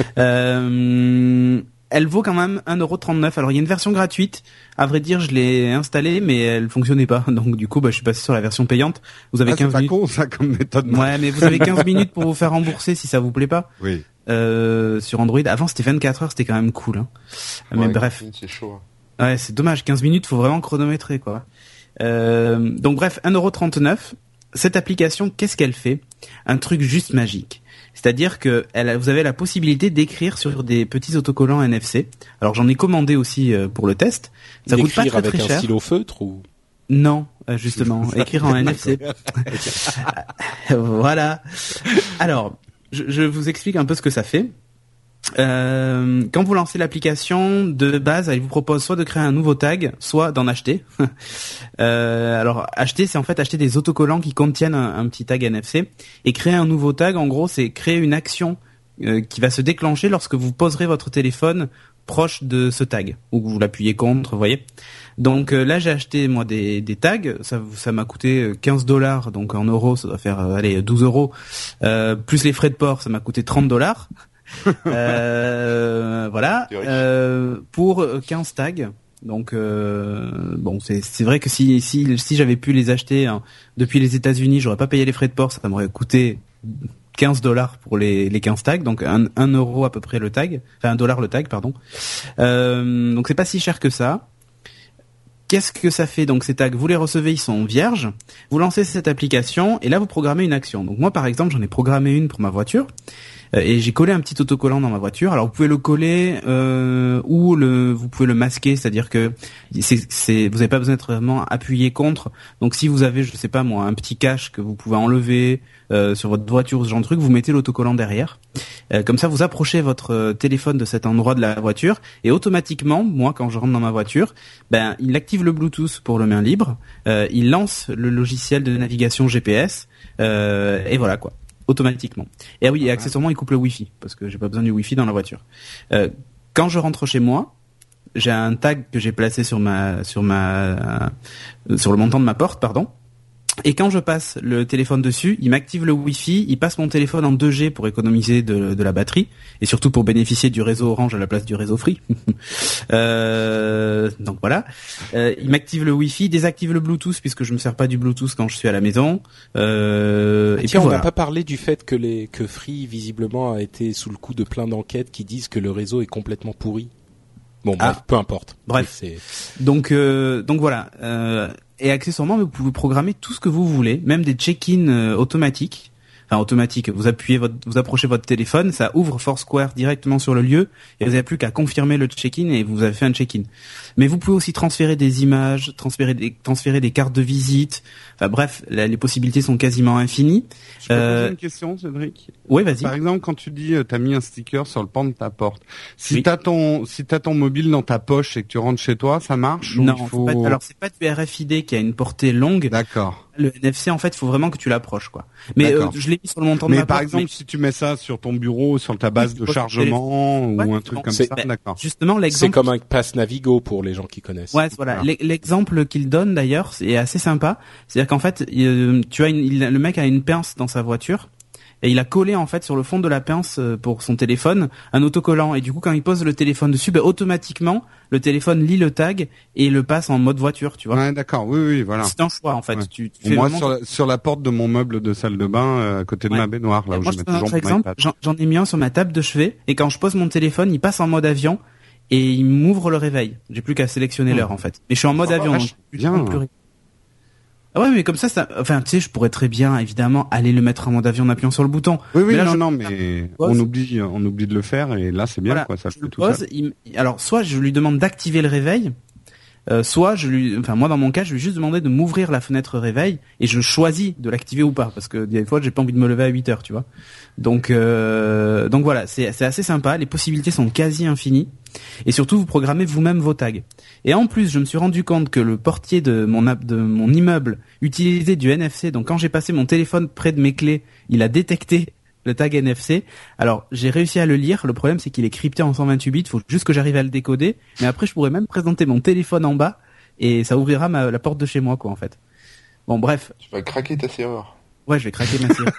euh, elle vaut quand même un euro trente-neuf. Alors il y a une version gratuite. À vrai dire, je l'ai installée, mais elle fonctionnait pas. Donc du coup, bah, je suis passé sur la version payante. Vous avez ah, quinze c'est minutes. Pas con, ça, comme méthode. Ouais, mais vous avez quinze minutes pour vous faire rembourser si ça vous plaît pas. Oui. Euh, sur Android. Avant, c'était vingt-quatre heures, c'était quand même cool, hein. Ouais, mais bref. C'est chaud. Ouais, c'est dommage. quinze minutes, faut vraiment chronométrer, quoi. Euh, donc bref, un euro trente-neuf. Cette application, qu'est-ce qu'elle fait? Un truc juste magique. C'est-à-dire que elle, vous avez la possibilité d'écrire sur des petits autocollants N F C. Alors j'en ai commandé aussi euh, pour le test. Ça coûte pas très très cher. Avec un stylo feutre ou? Non, euh, justement, écrire en N F C. Voilà. Alors, je, je vous explique un peu ce que ça fait. Euh, quand vous lancez l'application, de base, elle vous propose soit de créer un nouveau tag, soit d'en acheter. euh, alors, acheter, c'est en fait acheter des autocollants qui contiennent un, un petit tag N F C. Et créer un nouveau tag, en gros, c'est créer une action euh, qui va se déclencher lorsque vous poserez votre téléphone proche de ce tag, ou que vous l'appuyez contre, vous voyez. Donc euh, là j'ai acheté moi des, des tags, ça, ça m'a coûté quinze dollars, donc en euros ça doit faire euh, allez douze euros, euh, plus les frais de port ça m'a coûté trente dollars. euh, voilà, euh, pour quinze tags. Donc euh, bon c'est c'est vrai que si si si j'avais pu les acheter hein, depuis les États-Unis, j'aurais pas payé les frais de port, ça m'aurait coûté quinze dollars pour les les quinze tags, donc un, un euro à peu près le tag, enfin un dollar le tag pardon. Euh, donc c'est pas si cher que ça. Qu'est-ce que ça fait donc ces tags? Vous les recevez, ils sont vierges. Vous lancez cette application et là vous programmez une action. Donc moi par exemple j'en ai programmé une pour ma voiture. Et j'ai collé un petit autocollant dans ma voiture. Alors vous pouvez le coller euh, ou le, vous pouvez le masquer, c'est-à-dire que c'est, c'est, vous n'avez pas besoin d'être vraiment appuyé contre. Donc si vous avez, je sais pas moi, un petit cache que vous pouvez enlever euh, sur votre voiture ou ce genre de truc, vous mettez l'autocollant derrière. Euh, comme ça, vous approchez votre téléphone de cet endroit de la voiture et automatiquement, moi quand je rentre dans ma voiture, ben il active le Bluetooth pour le main libre. Euh, il lance le logiciel de navigation G P S euh, et voilà quoi. Automatiquement. Et ah oui, et accessoirement, il coupe le Wi-Fi parce que j'ai pas besoin du Wi-Fi dans la voiture. Euh, quand je rentre chez moi, j'ai un tag que j'ai placé sur ma sur ma euh, sur le montant de ma porte, pardon. Et quand je passe le téléphone dessus, il m'active le Wi-Fi, il passe mon téléphone en deux G pour économiser de, de la batterie et surtout pour bénéficier du réseau Orange à la place du réseau Free. euh, donc voilà, euh, il m'active le Wi-Fi, désactive le Bluetooth puisque je me sers pas du Bluetooth quand je suis à la maison. Euh, ah, et tiens, puis on voilà. n'a pas parlé du fait que les que Free visiblement a été sous le coup de plein d'enquêtes qui disent que le réseau est complètement pourri. Bon bref, ah, peu importe. Bref, c'est... donc euh, donc voilà. Euh, Et accessoirement, vous pouvez programmer tout ce que vous voulez, même des check-in euh, automatiques. Enfin, automatique. Vous appuyez votre, vous approchez votre téléphone, ça ouvre Foursquare directement sur le lieu, et vous n'avez plus qu'à confirmer le check-in et vous avez fait un check-in. Mais vous pouvez aussi transférer des images, transférer des, transférer des cartes de visite. Enfin bref, la, les possibilités sont quasiment infinies. Je peux euh... poser une question, Cédric? Oui, vas-y. Par exemple, quand tu dis, euh, t'as mis un sticker sur le pan de ta porte. Si oui. t'as ton, si t'as ton mobile dans ta poche et que tu rentres chez toi, ça marche? Non, ou il faut... c'est pas, alors c'est pas du R F I D qui a une portée longue. D'accord. Le N F C, en fait, il faut vraiment que tu l'approches, quoi. Mais euh, je l'ai mis sur le montant de mais ma par porte, exemple, mais... si tu mets ça sur ton bureau, sur ta base de chargement ouais, ou un truc comme c'est, ça, bah, d'accord. Justement, l'exemple. C'est comme un pass Navigo pour les gens qui connaissent. Ouais, voilà. voilà. L'exemple qu'il donne d'ailleurs, c'est assez sympa. C'est-à-dire qu'en fait, il, tu as une, il, le mec a une pince dans sa voiture. Et il a collé en fait sur le fond de la pince pour son téléphone un autocollant et du coup quand il pose le téléphone dessus, ben automatiquement le téléphone lit le tag et le passe en mode voiture, tu vois. Ouais, d'accord. Oui, oui, voilà. C'est un choix en fait. Ouais. Tu, tu fais moi vraiment... sur la, sur la porte de mon meuble de salle de bain euh, à côté de ouais. ma baignoire là où moi, je mets toujours mon exemple, j'en, j'en ai mis un sur ma table de chevet et quand je pose mon téléphone, il passe en mode avion et il m'ouvre le réveil. J'ai plus qu'à sélectionner mmh. l'heure en fait. Mais je suis en mode oh, avion. Ah, donc bien. Plus... Ah ouais, mais comme ça, ça, enfin, tu sais, je pourrais très bien, évidemment, aller le mettre en mode avion en appuyant sur le bouton. Oui, oui, mais là, non, je... non, mais on oublie, on oublie de le faire et là, c'est bien, voilà, quoi, ça je le fait tout pose, seul. Il... Alors, soit je lui demande d'activer le réveil, euh, soit je lui, enfin, moi, dans mon cas, je lui ai juste demandé de m'ouvrir la fenêtre réveil et je choisis de l'activer ou pas, parce que des fois, j'ai pas envie de me lever à huit heures, tu vois. Donc, euh, donc voilà, c'est, c'est assez sympa. Les possibilités sont quasi infinies. Et surtout, vous programmez vous-même vos tags. Et en plus, je me suis rendu compte que le portier de mon, de mon immeuble utilisait du N F C. Donc, quand j'ai passé mon téléphone près de mes clés, il a détecté le tag N F C. Alors, j'ai réussi à le lire. Le problème, c'est qu'il est crypté en cent vingt-huit bits. Il faut juste que j'arrive à le décoder. Mais après, je pourrais même présenter mon téléphone en bas et ça ouvrira ma, la porte de chez moi, quoi, en fait. Bon, bref. Tu vas craquer ta serrure. Ouais, je vais craquer ma serrure.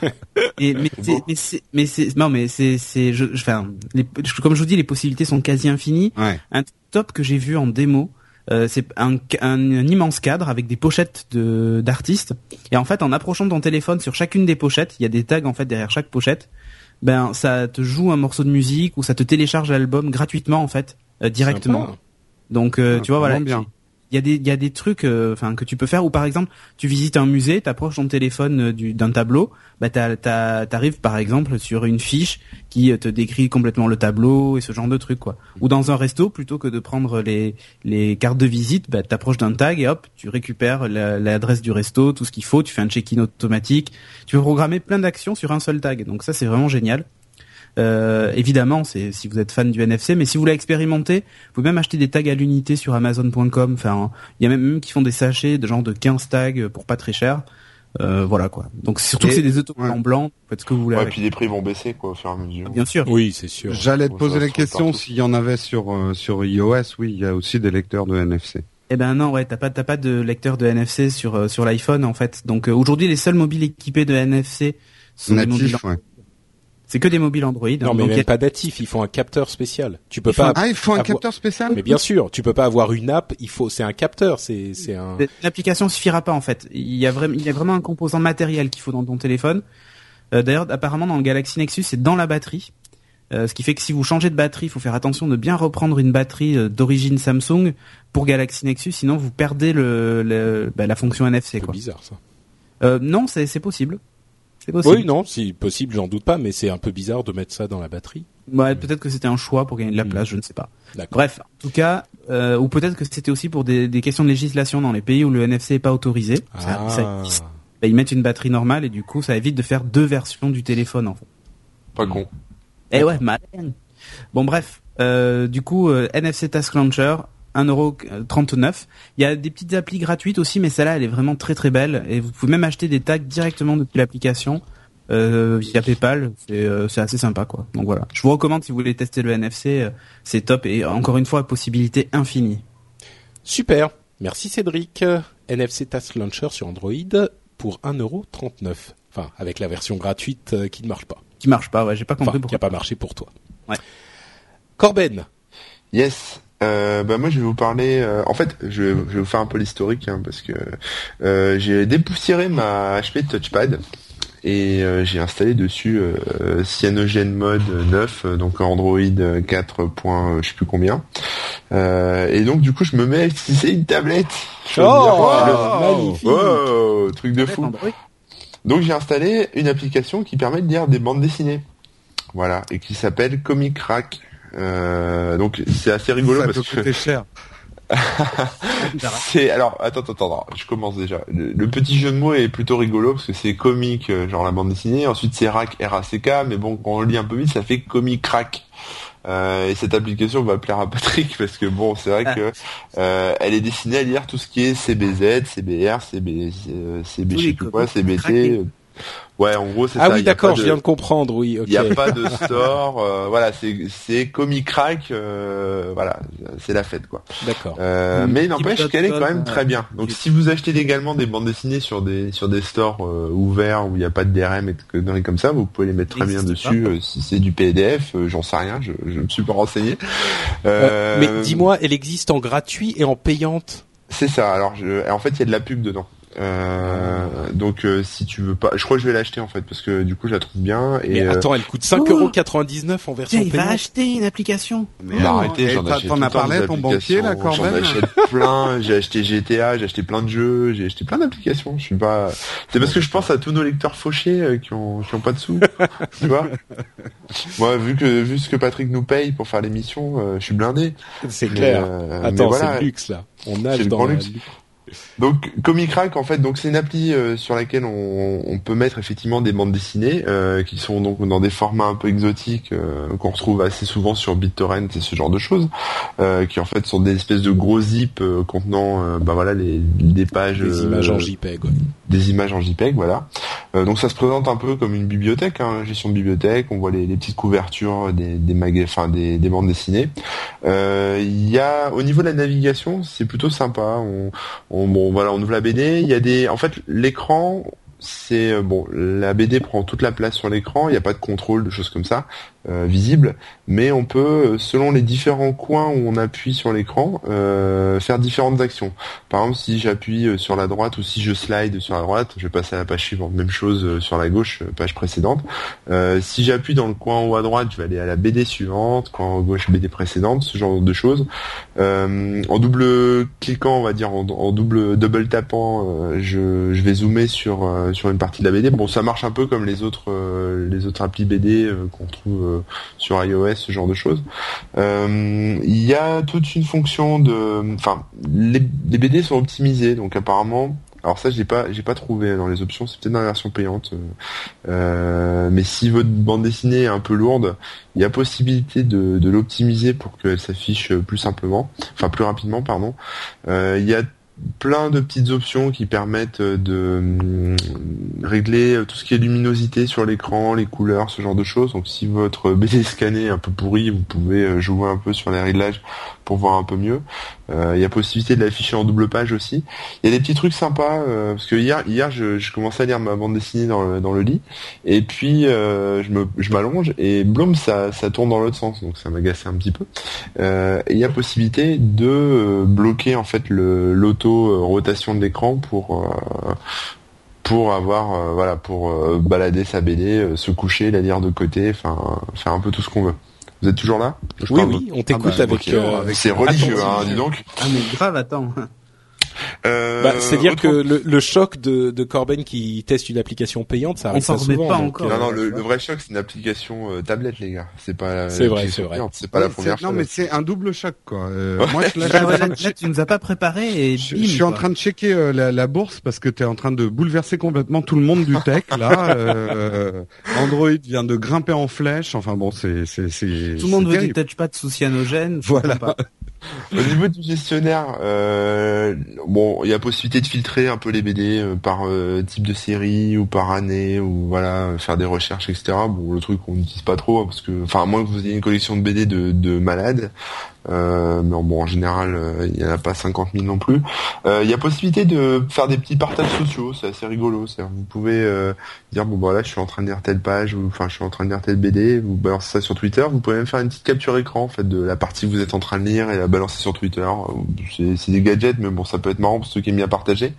Et mais c'est, c'est mais c'est mais c'est non mais c'est c'est je enfin les, comme je vous dis les possibilités sont quasi infinies. Ouais. Un top que j'ai vu en démo, euh, c'est un, un un immense cadre avec des pochettes de d'artistes et en fait en approchant ton téléphone sur chacune des pochettes, il y a des tags en fait derrière chaque pochette. Ben ça te joue un morceau de musique ou ça te télécharge l'album gratuitement en fait euh, directement. Sympa. Donc euh, ah, tu vois voilà. Bien. Il y a des il y a des trucs enfin euh, que tu peux faire où par exemple tu visites un musée, t'approches ton téléphone euh, du d'un tableau, bah t'as, t'as, t'arrives par exemple sur une fiche qui te décrit complètement le tableau et ce genre de trucs quoi. Ou dans un resto plutôt que de prendre les les cartes de visite, bah t'approches d'un tag et hop, tu récupères la, l'adresse du resto, tout ce qu'il faut, tu fais un check-in automatique. Tu peux programmer plein d'actions sur un seul tag. Donc ça c'est vraiment génial. Euh, évidemment, c'est si vous êtes fan du N F C, mais si vous voulez expérimenter, vous pouvez même acheter des tags à l'unité sur Amazon point com. Enfin, il y a même, même qui font des sachets de genre de quinze tags pour pas très cher. Euh, voilà quoi. Donc surtout et, que c'est des autocollants ouais. blancs, faites ce que vous voulez. Ouais, avec. Puis les prix vont baisser quoi au fur et à mesure. Ah, bien sûr. Oui, c'est sûr. J'allais te poser la question s'il y en avait sur euh, sur iOS. Oui, il y a aussi des lecteurs de N F C. Eh ben non, ouais, t'as pas t'as pas de lecteur de N F C sur euh, sur l'iPhone en fait. Donc euh, aujourd'hui, les seuls mobiles équipés de N F C sont natifs, des mobiles. Ouais. C'est que des mobiles Android. Non, hein, mais donc même y a... pas natifs. Ils font un capteur spécial. Tu peux ils pas. Font... Ah, ils font un avoir... capteur spécial. Mais bien sûr, tu peux pas avoir une app. Il faut, c'est un capteur. C'est, c'est un. L'application suffira pas en fait. Il y a vraiment, il y a vraiment un composant matériel qu'il faut dans ton téléphone. Euh, d'ailleurs, apparemment dans le Galaxy Nexus, c'est dans la batterie. Euh, ce qui fait que si vous changez de batterie, il faut faire attention de bien reprendre une batterie euh, d'origine Samsung pour Galaxy Nexus, sinon vous perdez le, le bah, la fonction N F C. C'est quoi. bizarre ça. Euh, non, c'est, c'est possible. C'est possible. Oui, non, si possible, j'en doute pas, mais c'est un peu bizarre de mettre ça dans la batterie. Ouais, peut-être que c'était un choix pour gagner de la place, mmh. je ne sais pas. D'accord. Bref, en tout cas, euh, ou peut-être que c'était aussi pour des, des questions de législation dans les pays où le N F C est pas autorisé. Ah. Ça, ça, bah, ils mettent une batterie normale et du coup, ça évite de faire deux versions du téléphone en fait. Pas con. Eh ouais, malin. Bon bref, euh, du coup, euh, N F C Task Launcher, un euro trente-neuf. Il y a des petites applis gratuites aussi, mais celle-là, elle est vraiment très très belle. Et vous pouvez même acheter des tags directement depuis l'application euh, via PayPal. C'est, euh, c'est assez sympa, quoi. Donc voilà. Je vous recommande si vous voulez tester le N F C, euh, c'est top. Et encore une fois, possibilité infinie. Super. Merci Cédric. N F C Task Launcher sur Android pour un euro trente-neuf. Enfin, avec la version gratuite euh, qui ne marche pas. Qui marche pas, ouais. J'ai pas compris enfin, pourquoi. Qui a pas marché pour toi. Ouais. Corben. Yes. Euh, bah moi je vais vous parler. Euh, en fait, je vais, je vais vous faire un peu l'historique hein, parce que euh, j'ai dépoussiéré ma H P Touchpad et euh, j'ai installé dessus euh, CyanogenMod neuf, donc Android quatre. Je sais plus combien. Euh, et donc du coup je me mets à utiliser une tablette. Oh, oh, magnifique. Oh, truc de fou. Donc j'ai installé une application qui permet de lire des bandes dessinées. Voilà, et qui s'appelle Comic Rack. Euh, donc c'est assez rigolo ça parce peut que coûter cher. c'est alors attends attends attends je commence déjà le, le petit jeu de mots est plutôt rigolo parce que c'est comique genre la bande dessinée, ensuite c'est rack R A C K, mais bon quand on lit un peu vite ça fait Comic Rack. Euh, et cette application va plaire à Patrick parce que bon c'est vrai que euh, elle est destinée à lire tout ce qui est C B Z, C B R, C B C B je sais plus quoi, C B T. Ouais, en gros, c'est ah ça. Ah oui, d'accord, de... je viens de comprendre, oui, ok. Il n'y a pas de store, euh, voilà, c'est, c'est Comic Rack, euh, voilà, c'est la fête, quoi. D'accord. Euh, mmh, mais il n'empêche qu'elle est quand même très bien. Donc, si vous achetez également des bandes dessinées sur des, sur des stores, euh, ouverts, où il n'y a pas de D R M et que dans les comme ça, vous pouvez les mettre très bien dessus, euh, si c'est du P D F, euh, j'en sais rien, je, je me suis pas renseigné. Euh, euh, mais dis-moi, elle existe en gratuit et en payante? C'est ça, alors, je, en fait, il y a de la pub dedans. Euh, donc euh, si tu veux pas, je crois que je vais l'acheter en fait parce que du coup je la trouve bien. Et mais attends, elle coûte cinq euros quatre-vingt-dix-neuf en version payante. Il va acheter une application. Mais oh, arrêtez, j'en achète. T'en as parlé ton banquier là, Corben? J'en achète plein. J'ai acheté G T A, j'ai acheté plein de jeux, j'ai acheté plein d'applications. Je suis pas. C'est parce que je pense à tous nos lecteurs fauchés euh, qui ont qui ont pas de sous. Tu vois. Moi, vu que vu ce que Patrick nous paye pour faire l'émission, euh, je suis blindé. C'est clair. Euh, attends, voilà, c'est le luxe là. On nage dans le luxe. Donc Comic Rack en fait, donc c'est une appli euh, sur laquelle on, on peut mettre effectivement des bandes dessinées euh, qui sont donc dans des formats un peu exotiques euh, qu'on retrouve assez souvent sur BitTorrent et ce genre de choses, euh, qui en fait sont des espèces de gros zips euh, contenant euh, bah voilà les des pages des euh, images en JPEG, ouais. des images en JPEG, voilà. Euh, donc ça se présente un peu comme une bibliothèque, hein, gestion de bibliothèque. On voit les, les petites couvertures des des mag- enfin des, des bandes dessinées. Euh, Il y a au niveau de la navigation, c'est plutôt sympa. On, on bon voilà, on ouvre la B D. Il y a des, en fait, l'écran, c'est bon, la B D prend toute la place sur l'écran. Il n'y a pas de contrôle, de choses comme ça euh, visibles, mais on peut, selon les différents coins où on appuie sur l'écran, euh, faire différentes actions. Par exemple, si j'appuie sur la droite ou si je slide sur la droite, je vais passer à la page suivante. Même chose sur la gauche, page précédente. Euh, si j'appuie dans le coin en haut à droite, je vais aller à la B D suivante, coin en gauche B D précédente, ce genre de choses. Euh, en double cliquant, on va dire en, en double double tapant, euh, je, je vais zoomer sur euh, sur une partie de la B D. Bon, ça marche un peu comme les autres euh, les autres applis B D euh, qu'on trouve euh, sur iOS, ce genre de choses. Euh, il y a toute une fonction de, enfin, les, les B D sont optimisés, donc apparemment. Alors ça, j'ai pas, j'ai pas trouvé dans les options. C'est peut-être dans la version payante. Euh, mais si votre bande dessinée est un peu lourde, il y a possibilité de, de l'optimiser pour qu'elle s'affiche plus simplement, enfin plus rapidement, pardon. Euh, il y a plein de petites options qui permettent de euh, régler tout ce qui est luminosité sur l'écran, les couleurs, ce genre de choses. Donc si votre B D scanné est un peu pourri, vous pouvez jouer un peu sur les réglages pour voir un peu mieux. Il euh, y a possibilité de l'afficher en double page aussi. Il y a des petits trucs sympas, euh, parce que hier, hier je, je commençais à lire ma bande dessinée dans le, dans le lit, et puis euh, je me, je m'allonge, et bloom, ça, ça tourne dans l'autre sens, donc ça m'agaçait un petit peu. Euh, et il y a possibilité de euh, bloquer en fait le, l'auto-rotation de l'écran pour... Euh, pour avoir euh, voilà pour euh, balader sa B D, euh, se coucher, la lire de côté, enfin faire un peu tout ce qu'on veut. Vous êtes toujours là? Je Oui oui, on t'écoute ah bah, avec, euh, avec c'est religieux hein, dis donc. Ah mais grave, attends. Euh, bah, c'est-à-dire autre... que le, le choc de, de Corben qui teste une application payante, ça arrive pas souvent. Pas donc, encore. Non, non, le, le vrai choc, c'est une application euh, tablette, les gars. C'est pas. C'est vrai, c'est vrai. Payante. C'est pas oui, la première chose. Non, mais c'est un double choc, quoi. Euh, moi, je, là, là, là, là, tu nous as pas préparé et je, bim, je suis quoi. en train de checker euh, la, la bourse parce que t'es en train de bouleverser complètement tout le monde du tech, là. euh, Android vient de grimper en flèche. Enfin bon, c'est, c'est, c'est. Tout le monde c'est veut terrible. du touchpad sous cyanogène. Voilà. Au niveau du gestionnaire, euh, bon, il y a possibilité de filtrer un peu les B D euh, par euh, type de série ou par année, ou voilà, faire des recherches, et cetera. Bon, le truc qu'on n'utilise pas trop, hein, parce que, enfin, à moins que vous ayez une collection de B D de, de malades, euh, mais bon, en général, euh, il y en a pas cinquante mille non plus. Euh, il y a possibilité de faire des petits partages sociaux, c'est assez rigolo. C'est-à-dire, vous pouvez euh, dire bon, bah là, je suis en train de lire telle page, ou enfin, je suis en train de lire telle B D, vous balancez ça sur Twitter. Vous pouvez même faire une petite capture écran, en fait, de la partie que vous êtes en train de lire et la balancer sur Twitter. C'est, c'est des gadgets, mais bon, ça peut être marrant pour ceux qui aiment bien partager.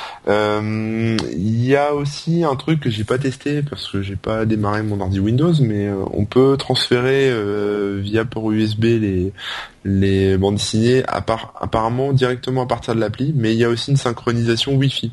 Euh, il y a aussi un truc que j'ai pas testé parce que j'ai pas démarré mon ordi Windows, mais euh, on peut transférer euh, via port U S B les les bandes dessinées à part, apparemment directement à partir de l'appli, mais il y a aussi une synchronisation Wi-Fi.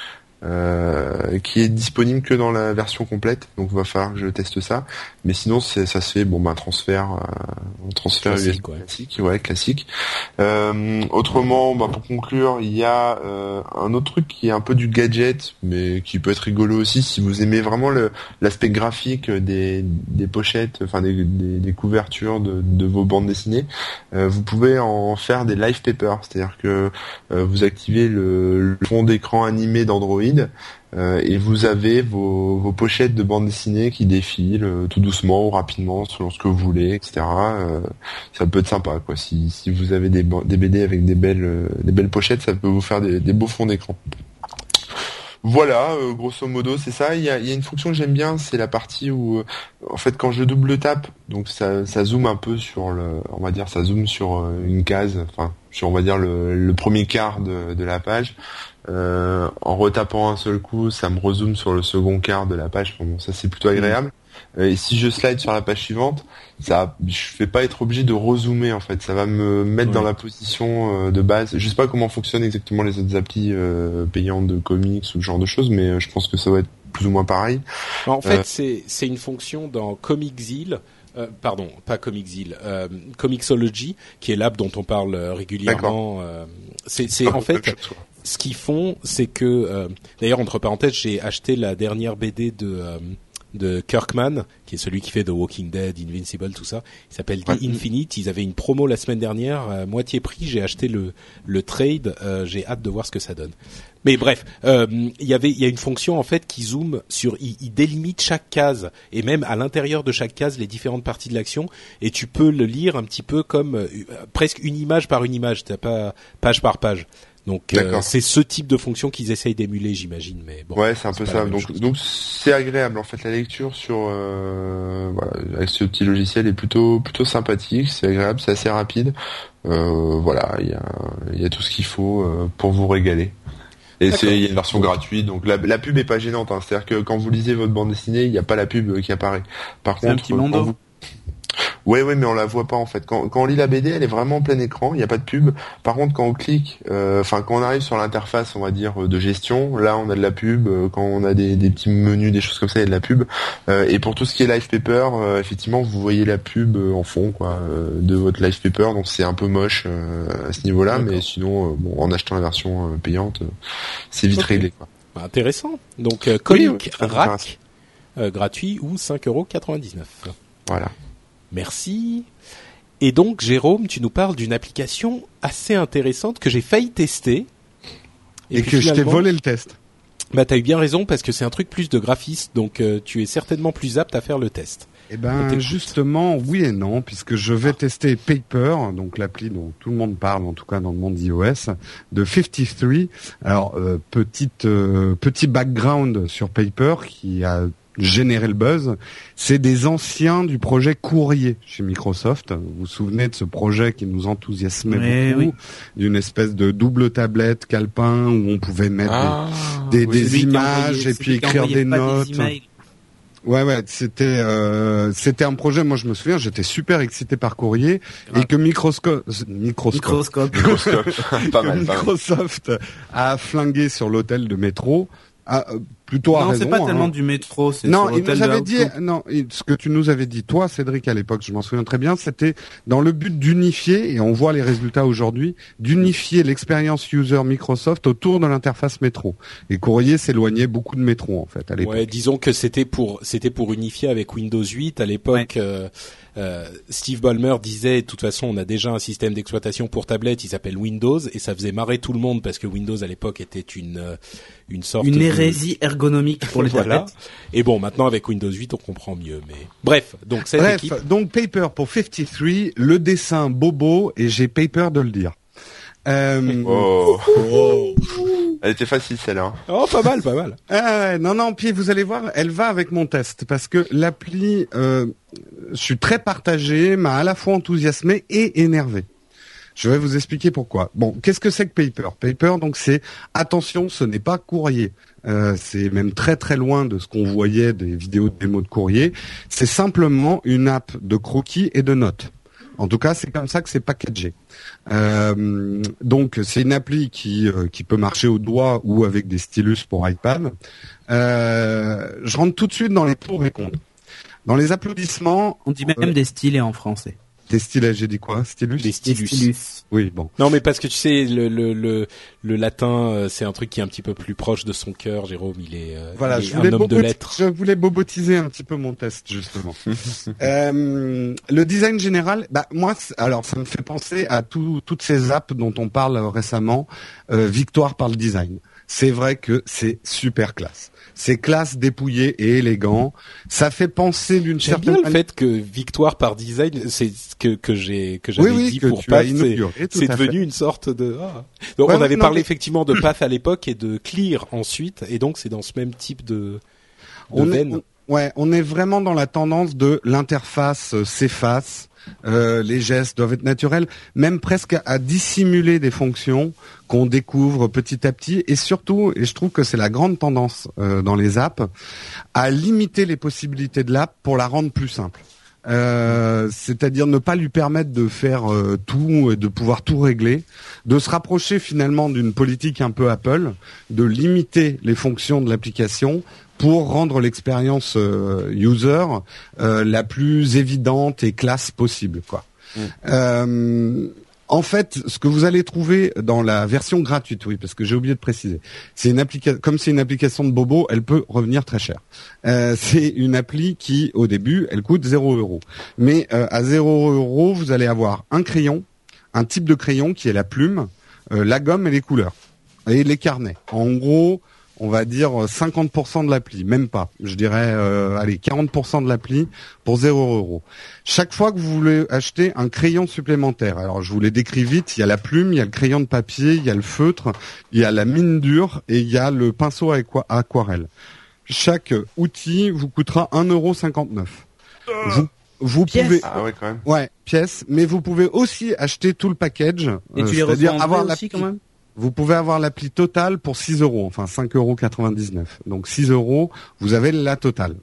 Euh, qui est disponible que dans la version complète, donc il va falloir que je teste ça. Mais sinon, c'est, ça se fait, bon, bah, transfert, euh, transfert classique, U S B ouais. classique, ouais, classique. Euh, autrement, bah, pour conclure, il y a euh, un autre truc qui est un peu du gadget, mais qui peut être rigolo aussi si vous aimez vraiment le, l'aspect graphique des, des pochettes, enfin des, des, des couvertures de, de vos bandes dessinées. Euh, vous pouvez en faire des live papers, c'est-à-dire que euh, vous activez le, le fond d'écran animé d'Android. Euh, et vous avez vos, vos pochettes de bande dessinée qui défilent euh, tout doucement ou rapidement selon ce que vous voulez, et cetera. Euh, ça peut être sympa, quoi. Si, si vous avez des, des B D avec des belles, euh, des belles pochettes, ça peut vous faire des, des beaux fonds d'écran. Voilà, euh, grosso modo, c'est ça. Il y a, il y a une fonction que j'aime bien, c'est la partie où, euh, en fait, quand je double tape, donc ça, ça zoome un peu sur le, on va dire, ça zoome sur euh, une case, enfin, sur, on va dire, le, le premier quart de, de la page. Euh, en retapant un seul coup, ça me rezoome sur le second quart de la page. Bon, ça c'est plutôt agréable. Euh, et si je slide sur la page suivante, ça, je vais pas être obligé de rezoomer en fait. Ça va me mettre oui. dans la position euh, de base. Je sais pas comment fonctionnent exactement les autres applis euh, payantes de comics ou ce genre de choses, mais euh, je pense que ça va être plus ou moins pareil. En fait, euh, c'est c'est une fonction dans Comixile. Euh, pardon, pas Comixile, euh, Comixology, qui est l'app dont on parle régulièrement. Euh, c'est c'est en fait. Ce qu'ils font, c'est que, euh, d'ailleurs, entre parenthèses, j'ai acheté la dernière B D de euh, de Kirkman, qui est celui qui fait The Walking Dead, Invincible, tout ça. Il s'appelle The Infinite. Ils avaient une promo la semaine dernière, à moitié prix. J'ai acheté le le trade. Euh, j'ai hâte de voir ce que ça donne. Mais bref, euh, il y avait, il y a une fonction en fait qui zoome sur, il, il délimite chaque case et même à l'intérieur de chaque case les différentes parties de l'action. Et tu peux le lire un petit peu comme euh, presque une image par une image. T'as pas page par page. Donc euh, c'est ce type de fonction qu'ils essayent d'émuler, j'imagine. Mais bon. Ouais, c'est un peu ça. Donc chose. donc c'est agréable en fait. La lecture sur euh, voilà avec ce petit logiciel est plutôt plutôt sympathique. C'est agréable, c'est assez rapide. Euh, voilà, il y a il y a tout ce qu'il faut euh, pour vous régaler. Et D'accord. c'est il y a une version gratuite. Donc la, la pub est pas gênante. Hein. C'est-à-dire que quand vous lisez votre bande dessinée, il n'y a pas la pub qui apparaît. Par c'est contre, un petit bandeau. Vous... Ouais, ouais, mais on la voit pas en fait. Quand, quand on lit la B D, elle est vraiment en plein écran. Il n'y a pas de pub. Par contre, quand on clique, enfin, euh, quand on arrive sur l'interface, on va dire de gestion, là, on a de la pub. Quand on a des, des petits menus, des choses comme ça, il y a de la pub. Euh, et pour tout ce qui est live paper, euh, effectivement, vous voyez la pub en fond, quoi, euh, de votre live paper. Donc c'est un peu moche euh, à ce niveau-là, D'accord. mais sinon, euh, bon, en achetant la version euh, payante, euh, c'est vite okay. réglé, quoi. Bah, intéressant. Donc euh, Comic oui, oui, Rack euh, gratuit ou cinq euros quatre-vingt-dix-neuf. Voilà. Merci. Et donc, Jérôme, tu nous parles d'une application assez intéressante que j'ai failli tester. Et, et que je t'ai volé le test. Bah t'as eu bien raison parce que c'est un truc plus de graphiste, donc euh, tu es certainement plus apte à faire le test. Eh ben justement, oui et non, puisque je vais tester Paper, donc l'appli dont tout le monde parle, en tout cas dans le monde iOS, de cinquante-trois. Alors euh, petite euh, petit background sur Paper qui a généré le buzz, c'est des anciens du projet Courrier chez Microsoft. Vous vous souvenez de ce projet qui nous enthousiasmait ouais, beaucoup, oui. d'une espèce de double tablette calepin où on pouvait mettre ah, des, des, oui, des images envoyait, et puis écrire des notes. Des Ouais, ouais, c'était euh, c'était un projet. Moi, je me souviens, j'étais super excité par Courrier ah. et que Microscope, Microscope, Microscope, pas mal, Microsoft a flingué sur l'hôtel de métro. Ah, plutôt à non, raison. Non, c'est pas hein. tellement du métro, c'est non, sur il nous avait dit, Outlook. non, ce que tu nous avais dit, toi, Cédric, à l'époque, je m'en souviens très bien, c'était dans le but d'unifier, et on voit les résultats aujourd'hui, d'unifier l'expérience user Microsoft autour de l'interface métro. Et Courrier s'éloignait beaucoup de métro, en fait, à l'époque. Ouais, disons que c'était pour, c'était pour unifier avec Windows huit. À l'époque, ouais. euh, euh, Steve Ballmer disait, de toute façon, on a déjà un système d'exploitation pour tablette, il s'appelle Windows, et ça faisait marrer tout le monde parce que Windows, à l'époque, était une, une sorte une hérésie de... ergonomique pour les voilà. tablettes. Et bon, maintenant avec Windows huit, on comprend mieux. Mais bref, donc cette Bref, équipe. Donc Paper pour cinquante-trois, le dessin bobo et j'ai Paper de le dire. Euh... Oh. oh. Elle était facile celle-là. Oh, pas mal, pas mal. Euh, non, non. Puis vous allez voir, elle va avec mon test parce que l'appli, euh, je suis très partagé, m'a à la fois enthousiasmé et énervé. Je vais vous expliquer pourquoi. Bon, qu'est-ce que c'est que Paper ? Paper, donc c'est attention, ce n'est pas Courrier. Euh, c'est même très très loin de ce qu'on voyait des vidéos de démo de Courrier. C'est simplement une app de croquis et de notes. En tout cas, c'est comme ça que c'est packagé. Euh, donc, c'est une appli qui euh, qui peut marcher au doigt ou avec des stylus pour iPad. Euh, je rentre tout de suite dans les pour et contre. Dans les applaudissements, on dit même euh, des stylets en français. Des stylets, j'ai dit quoi ? Stylus ? Des stylus. stylus. Oui, bon. Non, mais parce que tu sais, le le le, le latin, euh, c'est un truc qui est un petit peu plus proche de son cœur. Jérôme, il est, euh, voilà, il est je voulais un homme de lettres. Je voulais bobotiser un petit peu mon test, justement. euh, le design général, bah moi, alors ça me fait penser à tout, toutes ces apps dont on parle récemment. Euh, victoire par le design. C'est vrai que c'est super classe. C'est classe, dépouillé et élégant. Ça fait penser d'une J'aime certaine bien le fait que victoire par design, c'est ce que que j'ai que j'avais oui, oui, dit que pour tu Path, as inauguré, c'est, tout c'est à devenu fait. une sorte de. Ah. Donc ouais, on avait non, parlé mais... effectivement de Path à l'époque et de Clear ensuite, et donc c'est dans ce même type de, de on veine. Est, on, ouais, on est vraiment dans la tendance de l'interface euh, s'efface. Euh, les gestes doivent être naturels, même presque à dissimuler des fonctions qu'on découvre petit à petit, et surtout, et je trouve que c'est la grande tendance euh, dans les apps, à limiter les possibilités de l'app pour la rendre plus simple. Euh, c'est-à-dire ne pas lui permettre de faire euh, tout et de pouvoir tout régler, de se rapprocher finalement d'une politique un peu Apple, de limiter les fonctions de l'application pour rendre l'expérience euh, user euh, la plus évidente et classe possible, quoi. Mmh. Euh, en fait, ce que vous allez trouver dans la version gratuite, oui, parce que j'ai oublié de préciser, c'est une application, comme c'est une application de bobo, elle peut revenir très cher. Euh, c'est une appli qui, au début, elle coûte zéro euro. Mais euh, à zéro euro, vous allez avoir un crayon, un type de crayon qui est la plume, euh, la gomme et les couleurs et les carnets. En gros, on va dire cinquante pour cent de l'appli, même pas. Je dirais, euh, allez, quarante pour cent de l'appli pour zéro euro. Chaque fois que vous voulez acheter un crayon supplémentaire, alors je vous les décris vite, il y a la plume, il y a le crayon de papier, il y a le feutre, il y a la mine dure et il y a le pinceau à aqua- aquarelle. Chaque outil vous coûtera un euro cinquante-neuf. Vous Vous pièce. pouvez, ah ouais, quand même. Ouais, pièce, mais vous pouvez aussi acheter tout le package. Et euh, tu les c'est-à-dire avoir aussi l'appli, quand même. Vous pouvez avoir l'appli totale pour six euros, enfin cinq euros quatre-vingt-dix-neuf. Donc six euros, vous avez la totale.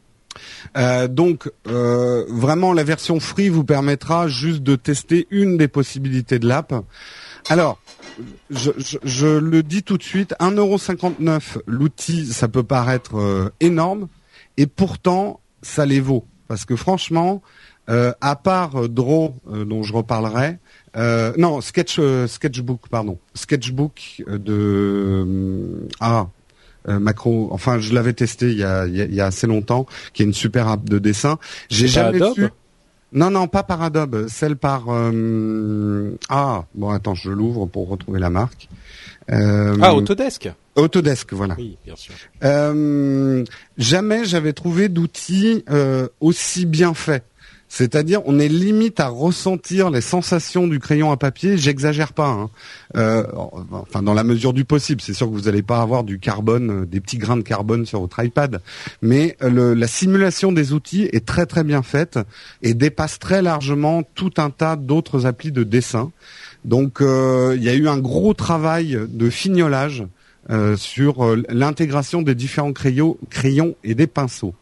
Euh, donc euh, vraiment la version free vous permettra juste de tester une des possibilités de l'app. Alors, je, je, je le dis tout de suite, un euro cinquante-neuf l'outil, ça peut paraître euh, énorme, et pourtant ça les vaut. Parce que franchement, euh, à part Draw, euh, dont je reparlerai, euh, non, Sketch, euh, Sketchbook, pardon, Sketchbook de euh, ah euh, macro, enfin je l'avais testé il y a, il y a, il y a assez longtemps, qui est une super app de dessin. J'ai C'est jamais Adobe su. Non, non, pas par Adobe, celle par... Euh... Ah, bon, attends, je l'ouvre pour retrouver la marque. Euh... Ah, Autodesk. Autodesk, voilà. Oui, bien sûr. Euh... Jamais j'avais trouvé d'outils euh, aussi bien faits. C'est-à-dire, on est limite à ressentir les sensations du crayon à papier. J'exagère pas, hein. Euh, enfin dans la mesure du possible. C'est sûr que vous n'allez pas avoir du carbone, des petits grains de carbone sur votre iPad, mais le, la simulation des outils est très très bien faite et dépasse très largement tout un tas d'autres applis de dessin. Donc, euh, il y a eu un gros travail de fignolage euh, sur euh, l'intégration des différents crayons, crayons et des pinceaux.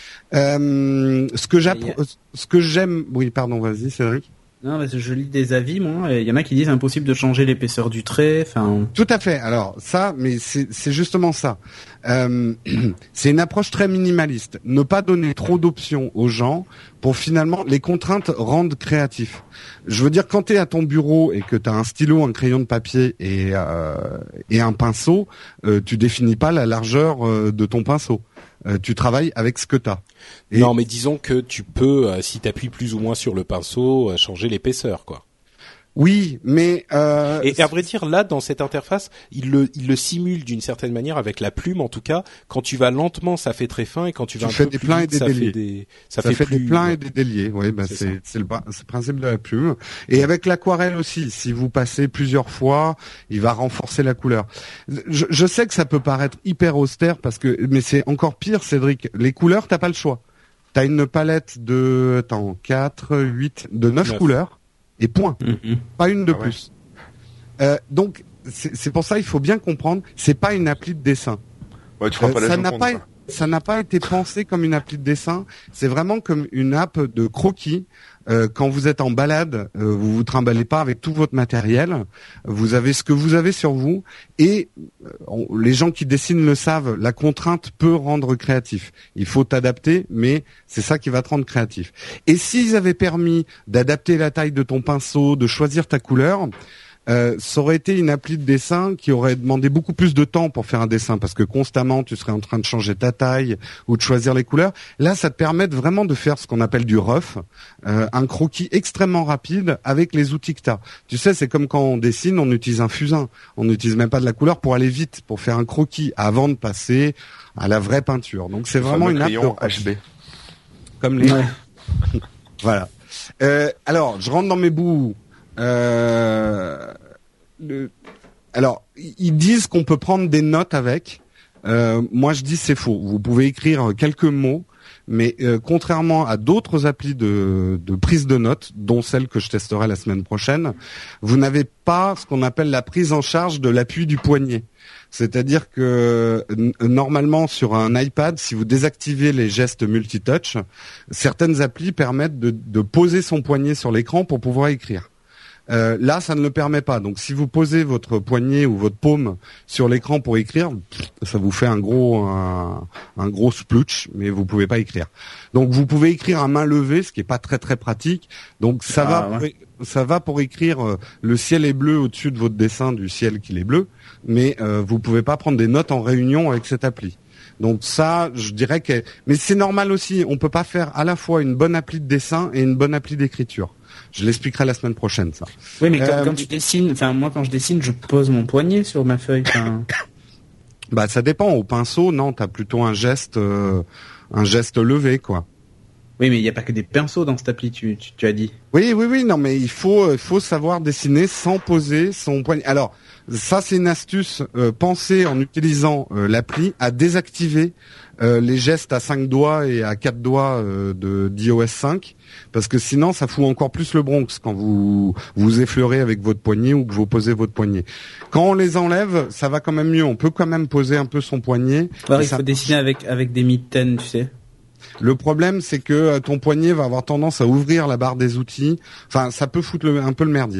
Euh, ce que j'appre... ce que j'aime, oui, pardon, vas-y, Cédric. Non, parce que je lis des avis, moi. Il y en a qui disent impossible de changer l'épaisseur du trait. Enfin. Tout à fait. Alors ça, mais c'est, c'est justement ça. Euh, c'est une approche très minimaliste. Ne pas donner trop d'options aux gens pour finalement les contraintes rendent créatifs. Je veux dire, quand t'es à ton bureau et que t'as un stylo, un crayon de papier et euh, et un pinceau, euh, tu définis pas la largeur euh, de ton pinceau. Euh, tu travailles avec ce que t'as. Et non, mais disons que tu peux, euh, si t'appuies plus ou moins sur le pinceau, euh, changer l'épaisseur, quoi. Oui, mais euh... et, et à vrai dire, là, dans cette interface, il le, il le simule d'une certaine manière avec la plume. En tout cas, quand tu vas lentement, ça fait très fin, et quand tu vas tu un fais peu des plus pleins vite, et des ça déliés. fait des, ça, ça fait, fait plus... des pleins et des déliés. Oui, bah c'est, c'est, c'est, le, c'est le principe de la plume. Et avec l'aquarelle aussi, si vous passez plusieurs fois, il va renforcer la couleur. Je, je sais que ça peut paraître hyper austère parce que, mais c'est encore pire, Cédric. Les couleurs, t'as pas le choix. T'as une palette de, attends, quatre, huit, de neuf couleurs. Et point. Mm-hmm. Pas une de ah ouais. plus. Euh, donc c'est, c'est pour ça il faut bien comprendre, c'est pas une appli de dessin. Ouais, tu feras pas euh, la ça n'a compte, pas, quoi. Ça n'a pas été pensé comme une appli de dessin. C'est vraiment comme une app de croquis. Euh, quand vous êtes en balade, euh, vous vous trimballez pas avec tout votre matériel. Vous avez ce que vous avez sur vous. Et euh, on, les gens qui dessinent le savent, la contrainte peut rendre créatif. Il faut t'adapter, mais c'est ça qui va te rendre créatif. Et s'ils avaient permis d'adapter la taille de ton pinceau, de choisir ta couleur, Euh, ça aurait été une appli de dessin qui aurait demandé beaucoup plus de temps pour faire un dessin parce que constamment tu serais en train de changer ta taille ou de choisir les couleurs. Là, ça te permet de vraiment de faire ce qu'on appelle du rough, euh, un croquis extrêmement rapide avec les outils que tu as. Tu sais, c'est comme quand on dessine, on utilise un fusain. On n'utilise même pas de la couleur pour aller vite, pour faire un croquis avant de passer à la vraie peinture. Donc c'est vraiment une app de H B. Comme les... Ouais. Voilà. Euh, alors, je rentre dans mes bouts. Euh, le, alors, ils disent qu'on peut prendre des notes avec. Euh, moi, je dis c'est faux. Vous pouvez écrire quelques mots, mais euh, contrairement à d'autres applis de, de prise de notes, dont celle que je testerai la semaine prochaine, vous n'avez pas ce qu'on appelle la prise en charge de l'appui du poignet. C'est-à-dire que n- normalement sur un iPad, si vous désactivez les gestes multitouch, certaines applis permettent de, de poser son poignet sur l'écran pour pouvoir écrire. Euh, là, ça ne le permet pas. Donc, si vous posez votre poignet ou votre paume sur l'écran pour écrire, ça vous fait un gros un, un gros splooch, mais vous pouvez pas écrire. Donc, vous pouvez écrire à main levée, ce qui est pas très très pratique. Donc, ça ah, va ouais. pour, ça va pour écrire euh, le ciel est bleu au-dessus de votre dessin du ciel qu'il est bleu, mais euh, vous pouvez pas prendre des notes en réunion avec cette appli. Donc ça, je dirais que, mais c'est normal aussi. On peut pas faire à la fois une bonne appli de dessin et une bonne appli d'écriture. Je l'expliquerai la semaine prochaine, ça. Oui, mais euh, quand, quand tu dessines, enfin moi quand je dessine, je pose mon poignet sur ma feuille. Bah ça dépend. Au pinceau, non, t'as plutôt un geste, euh, un geste levé, quoi. Oui, mais il n'y a pas que des pinceaux dans cette appli, tu, tu, tu as dit. Oui, oui, oui, non, mais il faut, il faut savoir dessiner sans poser son poignet. Alors, ça, c'est une astuce. Euh, pensez en utilisant euh, l'appli à désactiver euh, les gestes à cinq doigts et à quatre doigts euh, de d'iOS cinq, parce que sinon, ça fout encore plus le Bronx quand vous vous effleurez avec votre poignet ou que vous posez votre poignet. Quand on les enlève, ça va quand même mieux. On peut quand même poser un peu son poignet. Ouais, il faut dessiner avec avec des mitaines, tu sais. Le problème, c'est que ton poignet va avoir tendance à ouvrir la barre des outils. Enfin, ça peut foutre le, un peu le merdier.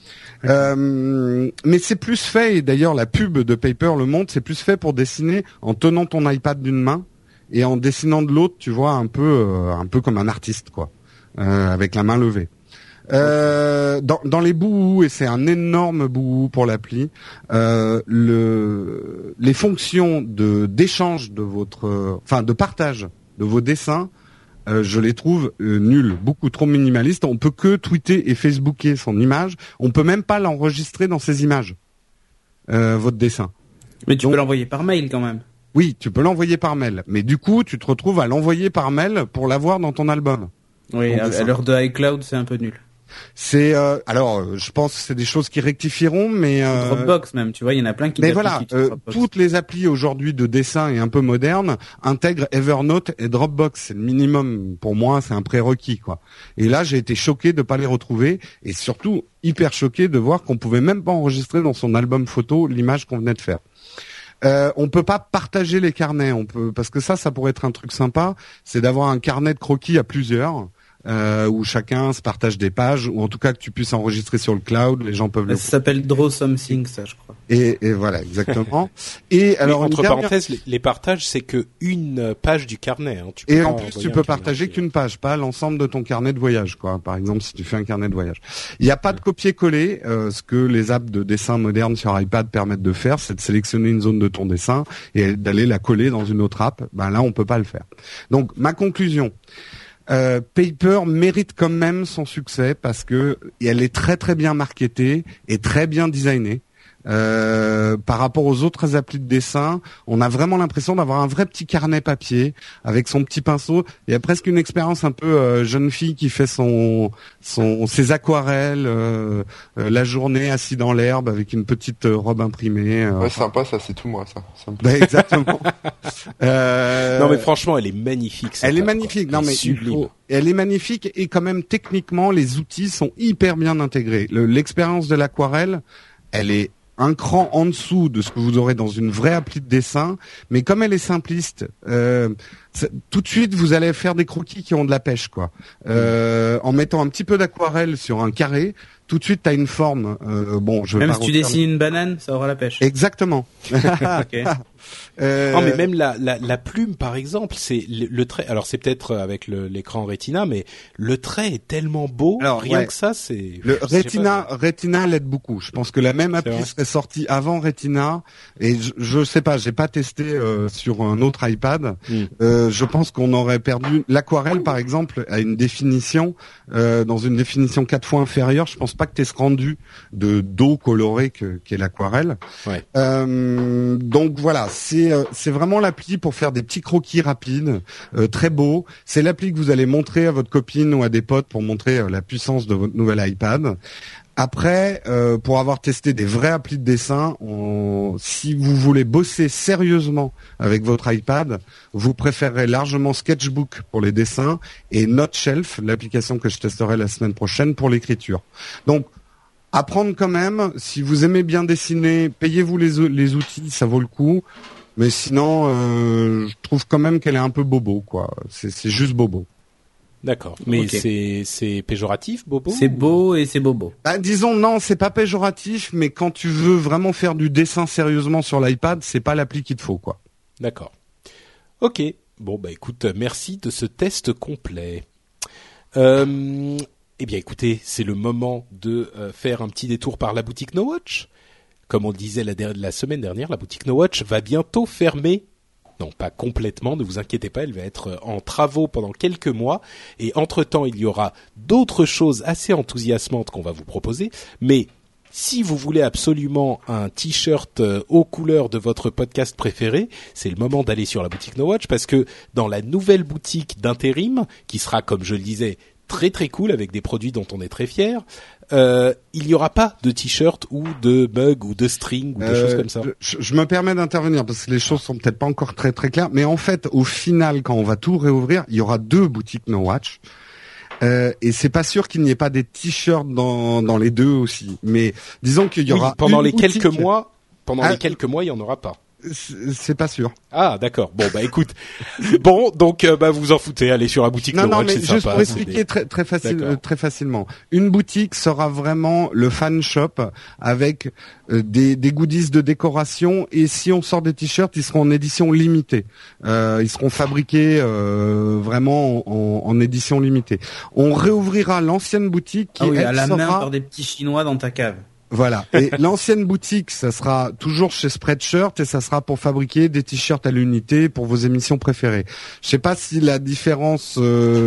Euh, mais c'est plus fait, et d'ailleurs la pub de Paper le montre, c'est plus fait pour dessiner en tenant ton iPad d'une main et en dessinant de l'autre, tu vois, un peu, euh, un peu comme un artiste, quoi, euh, avec la main levée. Euh, dans, dans les bouts, et c'est un énorme bout pour l'appli, euh, le, les fonctions de d'échange de votre, enfin de partage de vos dessins euh, je les trouve euh, nuls, beaucoup trop minimalistes. On peut que tweeter et facebooker son image. On peut même pas l'enregistrer dans ses images, euh, votre dessin. Mais tu Donc, peux l'envoyer par mail quand même. Oui, tu peux l'envoyer par mail. Mais du coup, tu te retrouves à l'envoyer par mail pour l'avoir dans ton album. Oui, à, à l'heure de iCloud, c'est un peu nul. C'est euh, alors, je pense que c'est des choses qui rectifieront, mais euh, Dropbox même, tu vois, il y en a plein qui. Mais voilà, euh, toutes les applis aujourd'hui de dessin et un peu modernes intègrent Evernote et Dropbox. C'est le minimum pour moi, c'est un prérequis quoi. Et là, j'ai été choqué de pas les retrouver et surtout hyper choqué de voir qu'on pouvait même pas enregistrer dans son album photo l'image qu'on venait de faire. Euh, on peut pas partager les carnets, on peut parce que ça, ça pourrait être un truc sympa, c'est d'avoir un carnet de croquis à plusieurs. Euh, où chacun se partage des pages, ou en tout cas que tu puisses enregistrer sur le cloud, les gens peuvent. Ça le... s'appelle Draw Something, ça, je crois. Et, et voilà, exactement. Et alors mais entre dernière... parenthèses, les, les partages, c'est que une page du carnet. Hein. Tu peux et en plus, tu peux partager qu'une page, pas l'ensemble de ton carnet de voyage, quoi. Par exemple, si tu fais un carnet de voyage, il n'y a pas de copier-coller. Euh, ce que les apps de dessin modernes sur iPad permettent de faire, c'est de sélectionner une zone de ton dessin et d'aller la coller dans une autre app. Ben là, on peut pas le faire. Donc, ma conclusion. Euh, Paper mérite quand même son succès parce que elle est très très bien marketée et très bien designée. Euh, par rapport aux autres applis de dessin, on a vraiment l'impression d'avoir un vrai petit carnet papier avec son petit pinceau. Il y a presque une expérience un peu euh, jeune fille qui fait son, son ses aquarelles euh, euh, la journée assis dans l'herbe avec une petite robe imprimée. Euh, ouais, sympa, ça, c'est tout moi, ça. ça me bah, exactement. euh... Non, mais franchement, elle est magnifique. Elle est magnifique. Quoi. Non, mais sublime. Il faut... Elle est magnifique et quand même techniquement, les outils sont hyper bien intégrés. Le, l'expérience de l'aquarelle, elle est un cran en dessous de ce que vous aurez dans une vraie appli de dessin, mais comme elle est simpliste, euh, tout de suite vous allez faire des croquis qui ont de la pêche, quoi. Euh, en mettant un petit peu d'aquarelle sur un carré, tout de suite t'as une forme. Euh, bon, je même vais si tu dessines une banane, ça aura la pêche. Exactement. Okay. Euh... Non, mais même la, la, la plume, par exemple, c'est le, le trait. Alors, c'est peut-être avec le, l'écran Retina, mais le trait est tellement beau. Alors, rien ouais. que ça, c'est. Le Retina, pas, Retina l'aide beaucoup. Je pense que la même appli serait sortie avant Retina. Et je, je sais pas, j'ai pas testé euh, sur un autre iPad. Mm. Euh, je pense qu'on aurait perdu. L'aquarelle, par exemple, a une définition euh, dans une définition quatre fois inférieure. Je pense pas que t'aies ce rendu de d'eau colorée que qu'est l'aquarelle. Ouais. Euh, donc voilà. C'est c'est vraiment l'appli pour faire des petits croquis rapides, euh, très beaux. C'est l'appli que vous allez montrer à votre copine ou à des potes pour montrer euh, la puissance de votre nouvel iPad. Après, euh, pour avoir testé des vrais applis de dessin, on... si vous voulez bosser sérieusement avec votre iPad, vous préférez largement Sketchbook pour les dessins et Noteshelf, l'application que je testerai la semaine prochaine pour l'écriture. Donc, apprendre quand même, si vous aimez bien dessiner, payez-vous les, les outils, ça vaut le coup. Mais sinon, euh, je trouve quand même qu'elle est un peu bobo, quoi. C'est, c'est juste bobo. D'accord. Mais okay. c'est, c'est péjoratif, bobo? C'est beau et c'est bobo. Bah, disons, non, c'est pas péjoratif, mais quand tu veux vraiment faire du dessin sérieusement sur l'iPad, c'est pas l'appli qu'il te faut, quoi. D'accord. Ok. Bon, bah, écoute, merci de ce test complet. Euh, eh bien, écoutez, c'est le moment de euh, faire un petit détour par la boutique No Watch. Comme on le disait la, der- la semaine dernière, la boutique No Watch va bientôt fermer. Non, pas complètement, ne vous inquiétez pas, elle va être en travaux pendant quelques mois. Et entre-temps, il y aura d'autres choses assez enthousiasmantes qu'on va vous proposer. Mais si vous voulez absolument un t-shirt aux couleurs de votre podcast préféré, c'est le moment d'aller sur la boutique No Watch, parce que dans la nouvelle boutique d'intérim, qui sera, comme je le disais, très très cool, avec des produits dont on est très fiers, Euh, il n'y aura pas de t-shirt ou de mug ou de string ou de euh, choses comme ça. Je, je me permets d'intervenir parce que les choses sont peut-être pas encore très très claires, mais en fait, au final, quand on va tout réouvrir, il y aura deux boutiques No Watch. Euh, et c'est pas sûr qu'il n'y ait pas des t-shirts dans dans les deux aussi. Mais disons qu'il y aura oui, pendant une les boutique... quelques mois, pendant ah, les quelques mois, il y en aura pas. C'est pas sûr. Ah d'accord. Bon bah écoute, bon donc euh, bah vous en foutez, allez sur la boutique non, No non, Watch, mais c'est juste sympa, pour expliquer des... très très facile, euh, très facilement. Une boutique sera vraiment le fan shop avec euh, des des goodies de décoration, et si on sort des t-shirts, ils seront en édition limitée. Euh, ils seront fabriqués euh, vraiment en, en édition limitée. On réouvrira l'ancienne boutique qui ah oui, elle à la sera... main par des petits Chinois dans ta cave. Voilà. Et l'ancienne boutique, ça sera toujours chez Spreadshirt et ça sera pour fabriquer des t-shirts à l'unité pour vos émissions préférées. Je sais pas si la différence.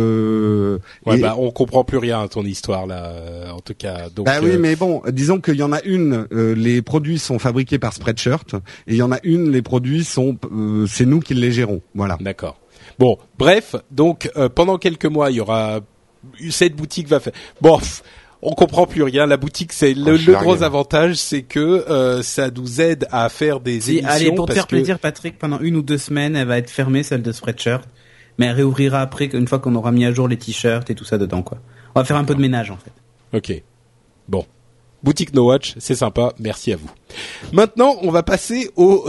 Euh, ouais, est... bah on comprend plus rien à ton histoire là. En tout cas. Donc, bah oui, euh... mais bon, disons qu'il y en a une. Euh, les produits sont fabriqués par Spreadshirt et il y en a une. Les produits sont. Euh, c'est nous qui les gérons. Voilà. D'accord. Bon, bref, donc euh, pendant quelques mois, il y aura cette boutique va faire. Bon. Pff, on comprend plus rien. La boutique, c'est le, le gros avantage, c'est que euh, ça nous aide à faire des si, émissions. Allez, pour te faire que... plaisir, Patrick, pendant une ou deux semaines, elle va être fermée, celle de Spreadshirt, mais elle réouvrira après, une fois qu'on aura mis à jour les t-shirts et tout ça dedans, quoi. On va faire un peu de ménage, en fait. Ok. Bon. Boutique No Watch, c'est sympa. Merci à vous. Maintenant, on va passer au,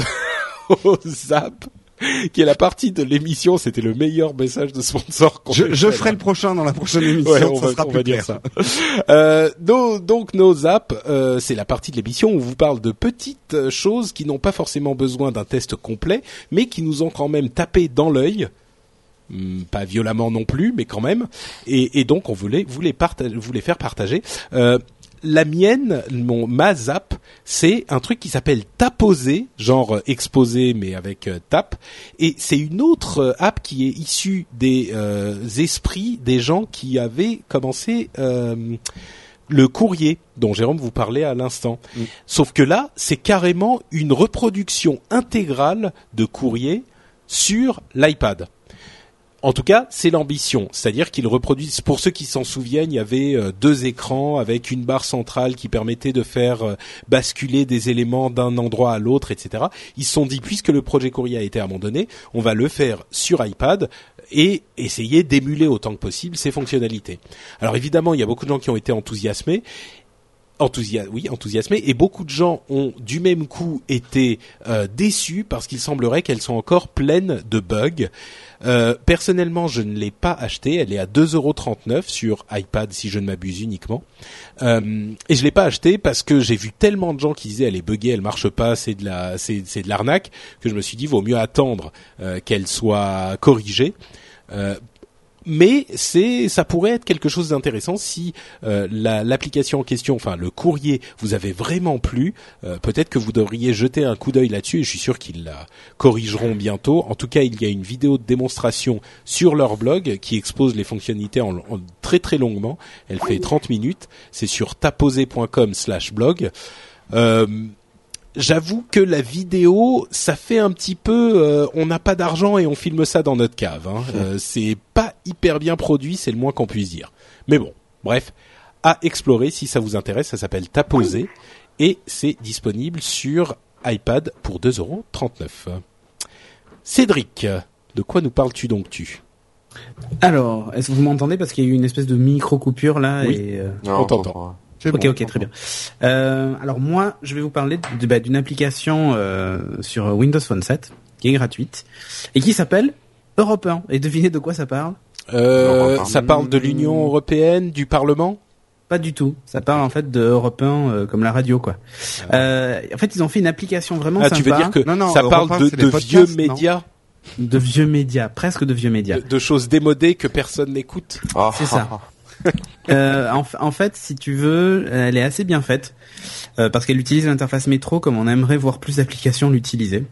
au Zap, qui est la partie de l'émission. C'était le meilleur message de sponsor qu'on Je, ait je fait. ferai le prochain dans la prochaine émission. Ouais, on ça va, sera on plus va clair. dire ça. euh, nos, donc nos zaps, euh, c'est la partie de l'émission où on vous parle de petites choses qui n'ont pas forcément besoin d'un test complet, mais qui nous ont quand même tapé dans l'œil. Hum, pas violemment non plus, mais quand même. Et, et donc on voulait vous les, parta- vous les faire partager. Euh, La mienne, mon ma zap, c'est un truc qui s'appelle Taposer, genre euh, exposé mais avec euh, tap, et c'est une autre euh, app qui est issue des euh, esprits des gens qui avaient commencé euh, le courrier dont Jérôme vous parlait à l'instant. Mm. Sauf que là, c'est carrément une reproduction intégrale de courrier sur l'iPad. En tout cas, c'est l'ambition, c'est-à-dire qu'ils reproduisent. Pour ceux qui s'en souviennent, il y avait euh, deux écrans avec une barre centrale qui permettait de faire euh, basculer des éléments d'un endroit à l'autre, et cetera. Ils se sont dit, puisque le projet courrier a été abandonné, on va le faire sur iPad et essayer d'émuler autant que possible ces fonctionnalités. Alors évidemment, il y a beaucoup de gens qui ont été enthousiasmés. Enthousia- oui, enthousiasmés, et beaucoup de gens ont du même coup été euh, déçus parce qu'il semblerait qu'elles sont encore pleines de bugs. Euh, personnellement, je ne l'ai pas achetée, elle est à deux euros trente-neuf sur iPad si je ne m'abuse uniquement. Euh, et je l'ai pas achetée parce que j'ai vu tellement de gens qui disaient elle est buggée, elle marche pas, c'est de la, c'est, c'est de l'arnaque, que je me suis dit vaut mieux attendre euh, qu'elle soit corrigée. Euh, Mais c'est, ça pourrait être quelque chose d'intéressant si euh, la, l'application en question, enfin le courrier, vous avez vraiment plu. Euh, peut-être que vous devriez jeter un coup d'œil là-dessus. Et je suis sûr qu'ils la corrigeront bientôt. En tout cas, il y a une vidéo de démonstration sur leur blog qui expose les fonctionnalités en, en très très longuement. Elle fait trente minutes. C'est sur taposer point com slash blog. Euh, J'avoue que la vidéo, ça fait un petit peu, euh, on n'a pas d'argent et on filme ça dans notre cave. Hein. Euh, c'est pas hyper bien produit, c'est le moins qu'on puisse dire. Mais bon, bref, à explorer si ça vous intéresse. Ça s'appelle Taposer et c'est disponible sur iPad pour deux euros trente-neuf. Cédric, de quoi nous parles-tu donc tu Alors, est-ce que vous m'entendez parce qu'il y a eu une espèce de micro coupure là oui. et euh... non, on t'entend. Ok, bon, ok, très bien. Euh, alors moi, je vais vous parler de, de, bah, d'une application euh, sur Windows Phone sept qui est gratuite et qui s'appelle Europe un. Et devinez de quoi ça parle ? euh, Ça parle de l'Union européenne, du Parlement ? Pas du tout. Ça parle en fait de Europe un euh, comme la radio, quoi. Ah. Euh, en fait, ils ont fait une application vraiment ah, sympa. Tu veux dire que non, non, ça Europe parle un, de, de vieux médias ? De vieux médias, presque de vieux médias. De, de choses démodées que personne n'écoute. Oh. C'est ça. euh, en, en fait, si tu veux, elle est assez bien faite euh, parce qu'elle utilise l'interface métro comme on aimerait voir plus d'applications l'utiliser.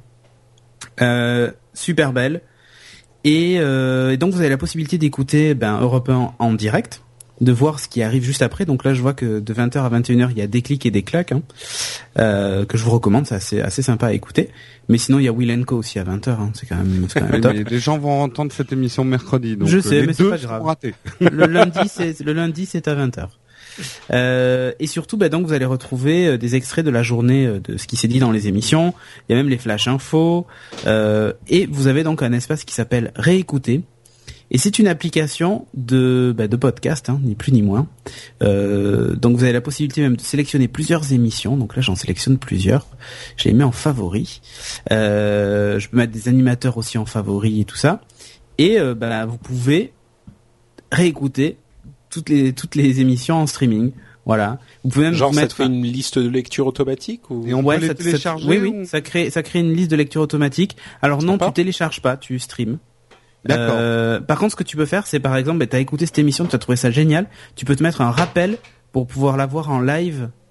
Euh, super belle. Et, euh, et donc vous avez la possibilité d'écouter ben, Europe un en direct, de voir ce qui arrive juste après. Donc là, je vois que de vingt heures à vingt et une heures, il y a des clics et des claques hein, euh, que je vous recommande. C'est assez, assez sympa à écouter. Mais sinon, il y a Will and Co aussi à vingt heures. Hein. C'est quand même, c'est quand même top. Mais les gens vont entendre cette émission mercredi. Donc je sais, les mais deux c'est pas grave. Sont ratés. Le lundi, c'est le lundi, c'est à vingt heures. Euh, et surtout, bah, donc vous allez retrouver des extraits de la journée de ce qui s'est dit dans les émissions. Il y a même les flash infos. Euh, et vous avez donc un espace qui s'appelle Réécouter. Et c'est une application de bah, de podcast, hein, ni plus ni moins. Euh, donc vous avez la possibilité même de sélectionner plusieurs émissions. Donc là, j'en sélectionne plusieurs. Je les mets en favoris. Euh, je peux mettre des animateurs aussi en favoris et tout ça. Et euh, bah, vous pouvez réécouter toutes les toutes les émissions en streaming. Voilà. Vous pouvez même genre mettre ça te fait une liste de lecture automatique ou et on ouais, peut les ça, télécharger. Ça, oui oui, ou... ça crée ça crée une liste de lecture automatique. Alors non, Sympa. tu télécharges pas, tu streams. D'accord. Euh, par contre, ce que tu peux faire, c'est par exemple, bah, t'as écouté cette émission, tu as trouvé ça génial, tu peux te mettre un rappel pour pouvoir la voir en live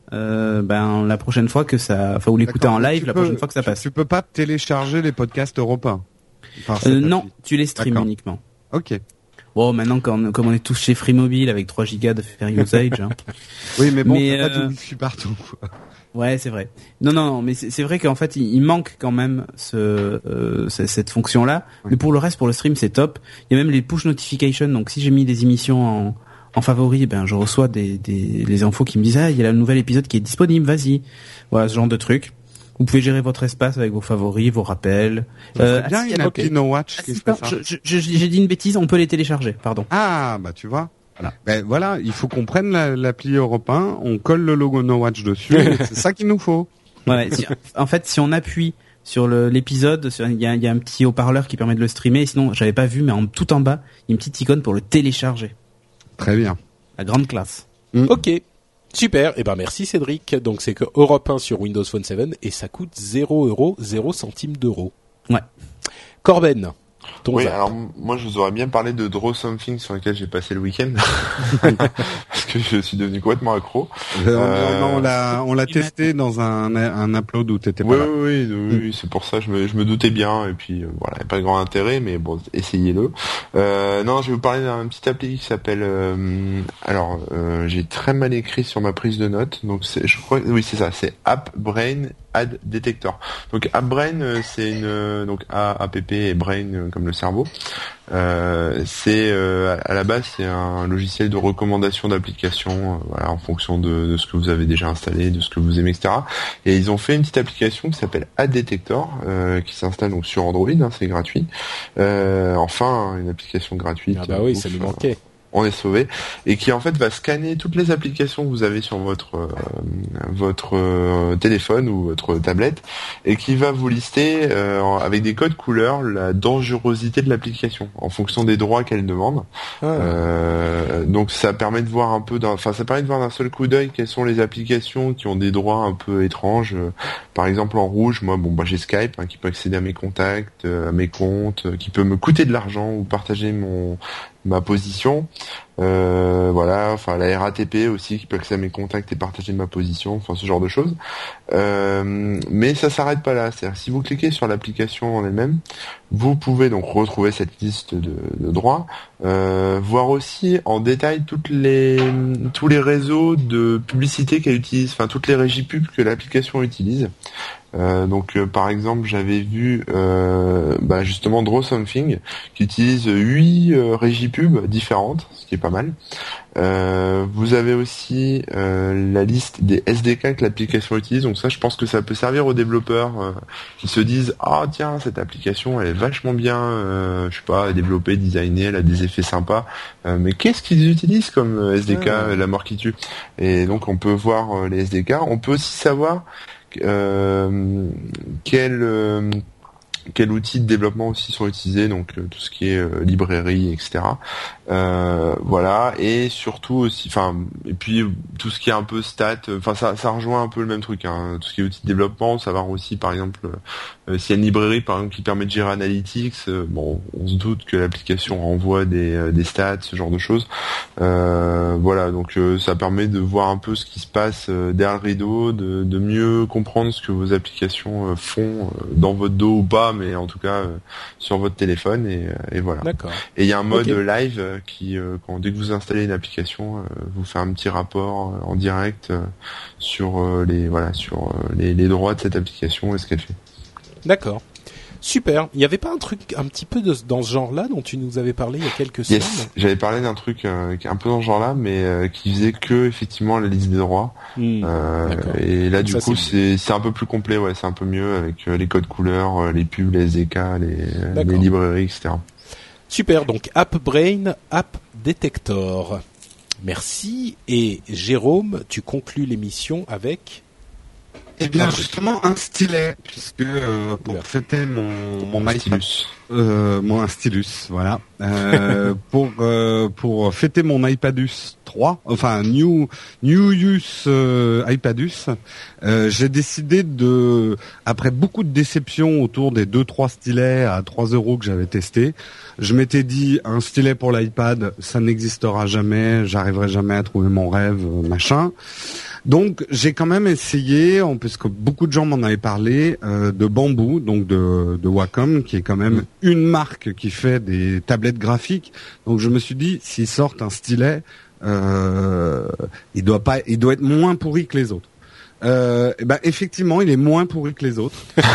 euh, ben la prochaine fois que ça, enfin ou l'écouter en live la peux, prochaine fois que ça passe. Tu, tu peux pas télécharger les podcasts européens. Euh, non, tu les streams D'accord. uniquement. Ok. Bon, maintenant quand, comme on est tous chez Free Mobile avec trois gigas de fair usage. Hein. Oui, mais bon, mais, t'as euh... pas de wifi partout. Ouais, c'est vrai. Non, non, non, mais c'est, c'est vrai qu'en fait, il, il manque quand même ce, euh, cette fonction-là. Oui. Mais pour le reste, pour le stream, c'est top. Il y a même les push notifications. Donc, si j'ai mis des émissions en, en favori, ben, je reçois des, des, les infos qui me disent, ah, il y a le nouvel épisode qui est disponible, vas-y. Voilà, ce genre de truc. Vous pouvez gérer votre espace avec vos favoris, vos rappels. Euh, bien, il y a un petit No Watch qui fait ça. Je, je, je, j'ai dit une bêtise, on peut les télécharger, pardon. Ah, bah, tu vois. Voilà. Ben voilà, il faut qu'on prenne la, l'appli européen, on colle le logo No Watch dessus, et c'est ça qu'il nous faut. Ouais, si, en fait, si on appuie sur le, l'épisode, il y a, y a un petit haut-parleur qui permet de le streamer. Et sinon, j'avais pas vu, mais en tout en bas, il y a une petite icône pour le télécharger. Très bien. La grande classe. Mm. Ok. Super. Eh ben, merci Cédric. Donc, c'est que Europe un sur Windows Phone sept et ça coûte zéro euros, zéro centimes d'euros. Ouais. Corben. Oui, zap. Alors moi je vous aurais bien parlé de Draw Something sur lequel j'ai passé le week-end parce que je suis devenu complètement accro. Euh, euh... Non, on l'a, on l'a testé dans un un upload où t'étais pas oui, là. Oui, oui, oui, oui, c'est pour ça je me je me doutais bien et puis euh, voilà, il n'y a pas de grand intérêt, mais bon, essayez-le. Euh, non, je vais vous parler d'un petit appli qui s'appelle. Euh, alors, euh, j'ai très mal écrit sur ma prise de notes, donc c'est, je crois, oui, c'est ça, c'est AppBrain Ad Detector. Donc AppBrain, c'est une donc A, app et Brain comme le cerveau. Euh, c'est euh, à la base c'est un logiciel de recommandation d'applications, euh, voilà, en fonction de, de ce que vous avez déjà installé, de ce que vous aimez, et cetera. Et ils ont fait une petite application qui s'appelle Ad Detector, euh, qui s'installe donc sur Android, hein, c'est gratuit. Euh, enfin, une application gratuite. Ah bah oui, ouf, ça nous manquait. On est sauvé, et qui en fait va scanner toutes les applications que vous avez sur votre euh, votre euh, téléphone ou votre tablette, et qui va vous lister euh, avec des codes couleurs la dangerosité de l'application en fonction des droits qu'elle demande. Ah. Euh, donc ça permet de voir un peu, enfin ça permet de voir d'un seul coup d'œil quelles sont les applications qui ont des droits un peu étranges. Par exemple en rouge, moi bon bah j'ai Skype hein, qui peut accéder à mes contacts, à mes comptes, qui peut me coûter de l'argent ou partager mon ma position, euh, voilà, enfin la R A T P aussi qui peut accéder à mes contacts et partager ma position, enfin ce genre de choses. Euh, mais ça s'arrête pas là, c'est-à-dire si vous cliquez sur l'application en elle-même, vous pouvez donc retrouver cette liste de, de droits, euh, voir aussi en détail toutes les tous les réseaux de publicité qu'elle utilise, enfin toutes les régies pub que l'application utilise. Euh, donc euh, par exemple j'avais vu euh, bah, justement Draw Something qui utilise huit euh, régies pub différentes, ce qui est pas mal. Euh, vous avez aussi euh, la liste des S D K que l'application utilise, donc ça je pense que ça peut servir aux développeurs euh, qui se disent ah tiens cette application elle est vachement bien, euh, je sais pas, développée, designée, elle a des effets sympas, euh, mais qu'est-ce qu'ils utilisent comme S D K, ah. la mort qui tue. Et donc on peut voir euh, les S D K, on peut aussi savoir Euh, quel euh, quels outils de développement aussi sont utilisés, donc euh, tout ce qui est euh, librairie, et cetera. Euh, voilà, et surtout aussi, enfin, et puis tout ce qui est un peu stats, enfin ça, ça rejoint un peu le même truc. Hein. Tout ce qui est outils de développement, savoir aussi, par exemple, euh, s'il y a une librairie, par exemple, qui permet de gérer Analytics. Euh, bon, on se doute que l'application renvoie des, euh, des stats, ce genre de choses. Euh, voilà, donc euh, ça permet de voir un peu ce qui se passe euh, derrière le rideau, de, de mieux comprendre ce que vos applications euh, font euh, dans votre dos ou pas, mais en tout cas euh, sur votre téléphone, et, et voilà. D'accord. Et il y a un mode okay. live euh, qui, euh, quand dès que vous installez une application, euh, vous fait un petit rapport euh, en direct euh, sur euh, les voilà sur euh, les, les droits de cette application et ce qu'elle fait. D'accord. Super. Il y avait pas un truc un petit peu de, dans ce genre-là dont tu nous avais parlé il y a quelques semaines? Yes. J'avais parlé d'un truc euh, un peu dans ce genre-là, mais euh, qui faisait que effectivement la liste des droits. Mmh, euh, et là, du ça, coup, c'est, c'est c'est un peu plus complet, ouais, c'est un peu mieux avec euh, les codes couleurs, euh, les pubs, les S D K, les, les librairies, et cetera. Super. Donc AppBrain, App Detector. Merci. Et Jérôme, tu conclus l'émission avec. Eh bien, justement, un stylet, puisque euh, pour Oula. fêter mon mon un stylus, euh, mon un stylus, voilà, euh, pour euh, pour fêter mon iPadus trois, enfin New New Use euh, iPadus, euh, j'ai décidé de, après beaucoup de déceptions autour des deux trois stylets à trois euros que j'avais testés, je m'étais dit un stylet pour l'iPad, ça n'existera jamais, j'arriverai jamais à trouver mon rêve, machin. Donc j'ai quand même essayé, puisque beaucoup de gens m'en avaient parlé, euh, de Bamboo, donc de, de Wacom, qui est quand même une marque qui fait des tablettes graphiques. Donc je me suis dit, s'ils sortent un stylet, euh, il doit pas, il doit être moins pourri que les autres. Euh, ben effectivement, il est moins pourri que les autres.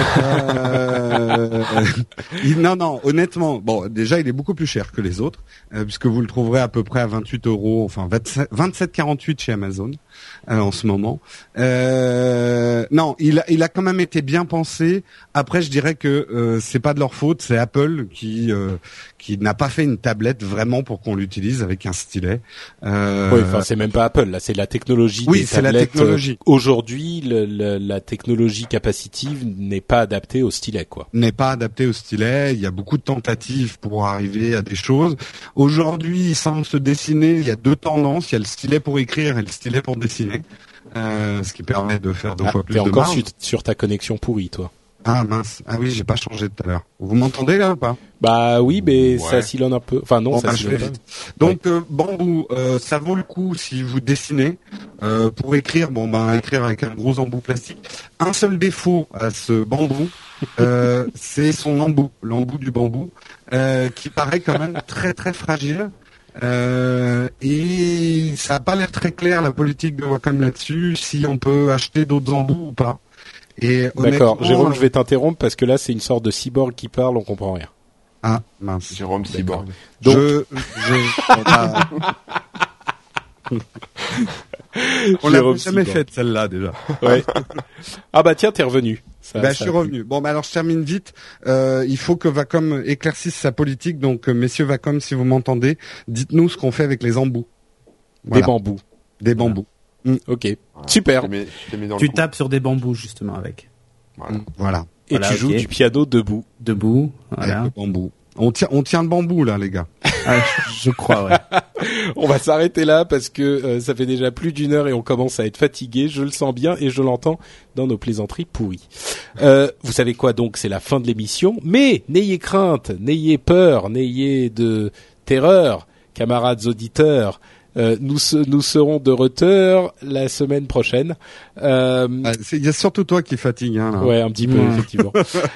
euh, il, non, non, honnêtement, bon, déjà, il est beaucoup plus cher que les autres, euh, puisque vous le trouverez à peu près à vingt-huit euros, enfin vingt-sept, vingt-sept quarante-huit chez Amazon euh, en ce moment. Euh, non, il a, il a quand même été bien pensé. Après, je dirais que euh, c'est pas de leur faute, c'est Apple qui euh, qui n'a pas fait une tablette vraiment pour qu'on l'utilise avec un stylet. Euh, oui, enfin, c'est même pas Apple, là, c'est la technologie oui, des c'est tablettes. La technologie. Aujourd'hui, le, le, la technologie capacitive n'est pas adaptée au stylet, quoi. N'est pas adaptée au stylet. Il y a beaucoup de tentatives pour arriver à des choses. Aujourd'hui, il semble se dessiner. Il y a deux tendances. Il y a le stylet pour écrire et le stylet pour dessiner, euh, ce qui permet de faire deux ah, fois plus t'es de encore marge. sur, sur ta connexion pourrie, toi. Ah mince. Ah oui, j'ai pas changé tout à l'heure. Vous m'entendez là ou pas? Bah oui, mais ouais. ça s'ilonne un peu. Enfin non, bon, ça bah, s'ilonne pas. Donc ouais. euh, Bamboo, euh, ça vaut le coup si vous dessinez. Euh, pour écrire, bon ben écrire avec un gros embout plastique. Un seul défaut à ce bambou, euh, c'est son embout, l'embout du bambou, euh, qui paraît quand même très très fragile. Euh, et ça n'a pas l'air très clair la politique de Wacom là-dessus, si on peut acheter d'autres embouts ou pas. Et d'accord, Jérôme, je vais t'interrompre parce que là c'est une sorte de cyborg qui parle, on comprend rien. Ah mince, Jérôme cyborg. Donc, je, je, on a... on l'a jamais faite celle-là déjà. Ouais. Ah bah tiens, t'es revenu. Ça, bah, ça je suis revenu. Bon, bah alors je termine vite. Euh, il faut que Wacom éclaircisse sa politique. Donc, euh, messieurs Wacom, si vous m'entendez, dites-nous ce qu'on fait avec les embouts. Voilà. Des bambous. Des bambous. Mmh. Ok, voilà. Super. Je t'ai mis, je t'ai mis dans tu le tapes sur des bambous justement avec. Voilà. Voilà. Et voilà, tu okay. joues du piano debout. Debout. Voilà. Avec le bambou. On tient, on tient le bambou là, les gars. Ah, je crois, ouais. On va s'arrêter là parce que euh, ça fait déjà plus d'une heure et on commence à être fatigué. Je le sens bien et je l'entends dans nos plaisanteries pourries. Euh, vous savez quoi, donc c'est la fin de l'émission. Mais n'ayez crainte, n'ayez peur, n'ayez de terreur, camarades auditeurs. Euh, nous nous serons de retour la semaine prochaine. Euh, ah, il y a surtout toi qui fatigue, hein. Là. Ouais, un petit peu mmh. effectivement.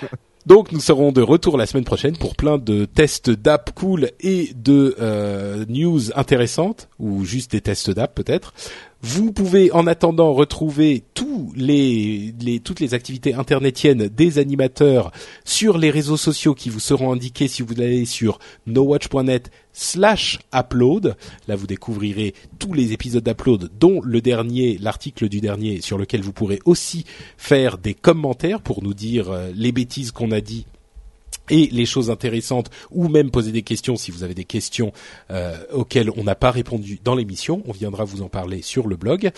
Donc nous serons de retour la semaine prochaine pour plein de tests d'app cool et de euh, news intéressantes ou juste des tests d'app peut-être. Vous pouvez en attendant retrouver tous les, les toutes les activités internetiennes des animateurs sur les réseaux sociaux qui vous seront indiqués si vous allez sur nowatch point net slash upload. Là vous découvrirez tous les épisodes d'Upload, dont le dernier, l'article du dernier, sur lequel vous pourrez aussi faire des commentaires pour nous dire euh, les bêtises qu'on a dit et les choses intéressantes, ou même poser des questions si vous avez des questions euh, auxquelles on n'a pas répondu dans l'émission. On viendra vous en parler sur le blog.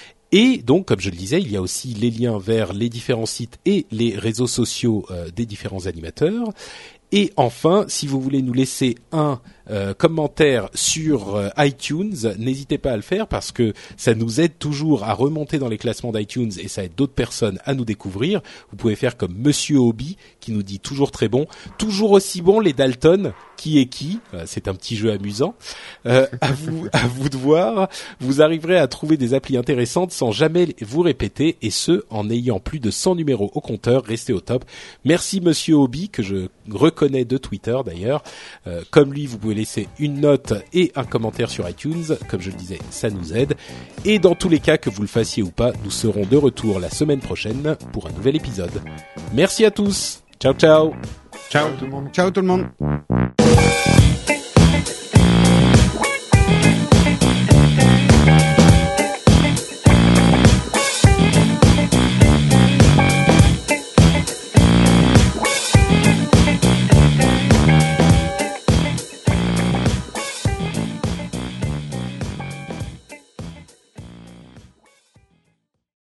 Et donc, comme je le disais, il y a aussi les liens vers les différents sites et les réseaux sociaux euh, des différents animateurs. Et enfin, si vous voulez nous laisser un euh, commentaire sur euh, iTunes, n'hésitez pas à le faire parce que ça nous aide toujours à remonter dans les classements d'iTunes et ça aide d'autres personnes à nous découvrir. Vous pouvez faire comme Monsieur Hobby qui nous dit toujours très bon, toujours aussi bon les Dalton, qui est qui, euh, c'est un petit jeu amusant. Euh, à vous, à vous de voir, vous arriverez à trouver des applis intéressantes sans jamais vous répéter et ce en ayant plus de cent numéros au compteur. Restez au top. Merci Monsieur Hobby que je reconnais de Twitter d'ailleurs. Euh, comme lui, vous pouvez laisser une note et un commentaire sur iTunes. Comme je le disais, ça nous aide. Et dans tous les cas, que vous le fassiez ou pas, nous serons de retour la semaine prochaine pour un nouvel épisode. Merci à tous. Ciao, ciao. Ciao tout le monde. Ciao tout le monde.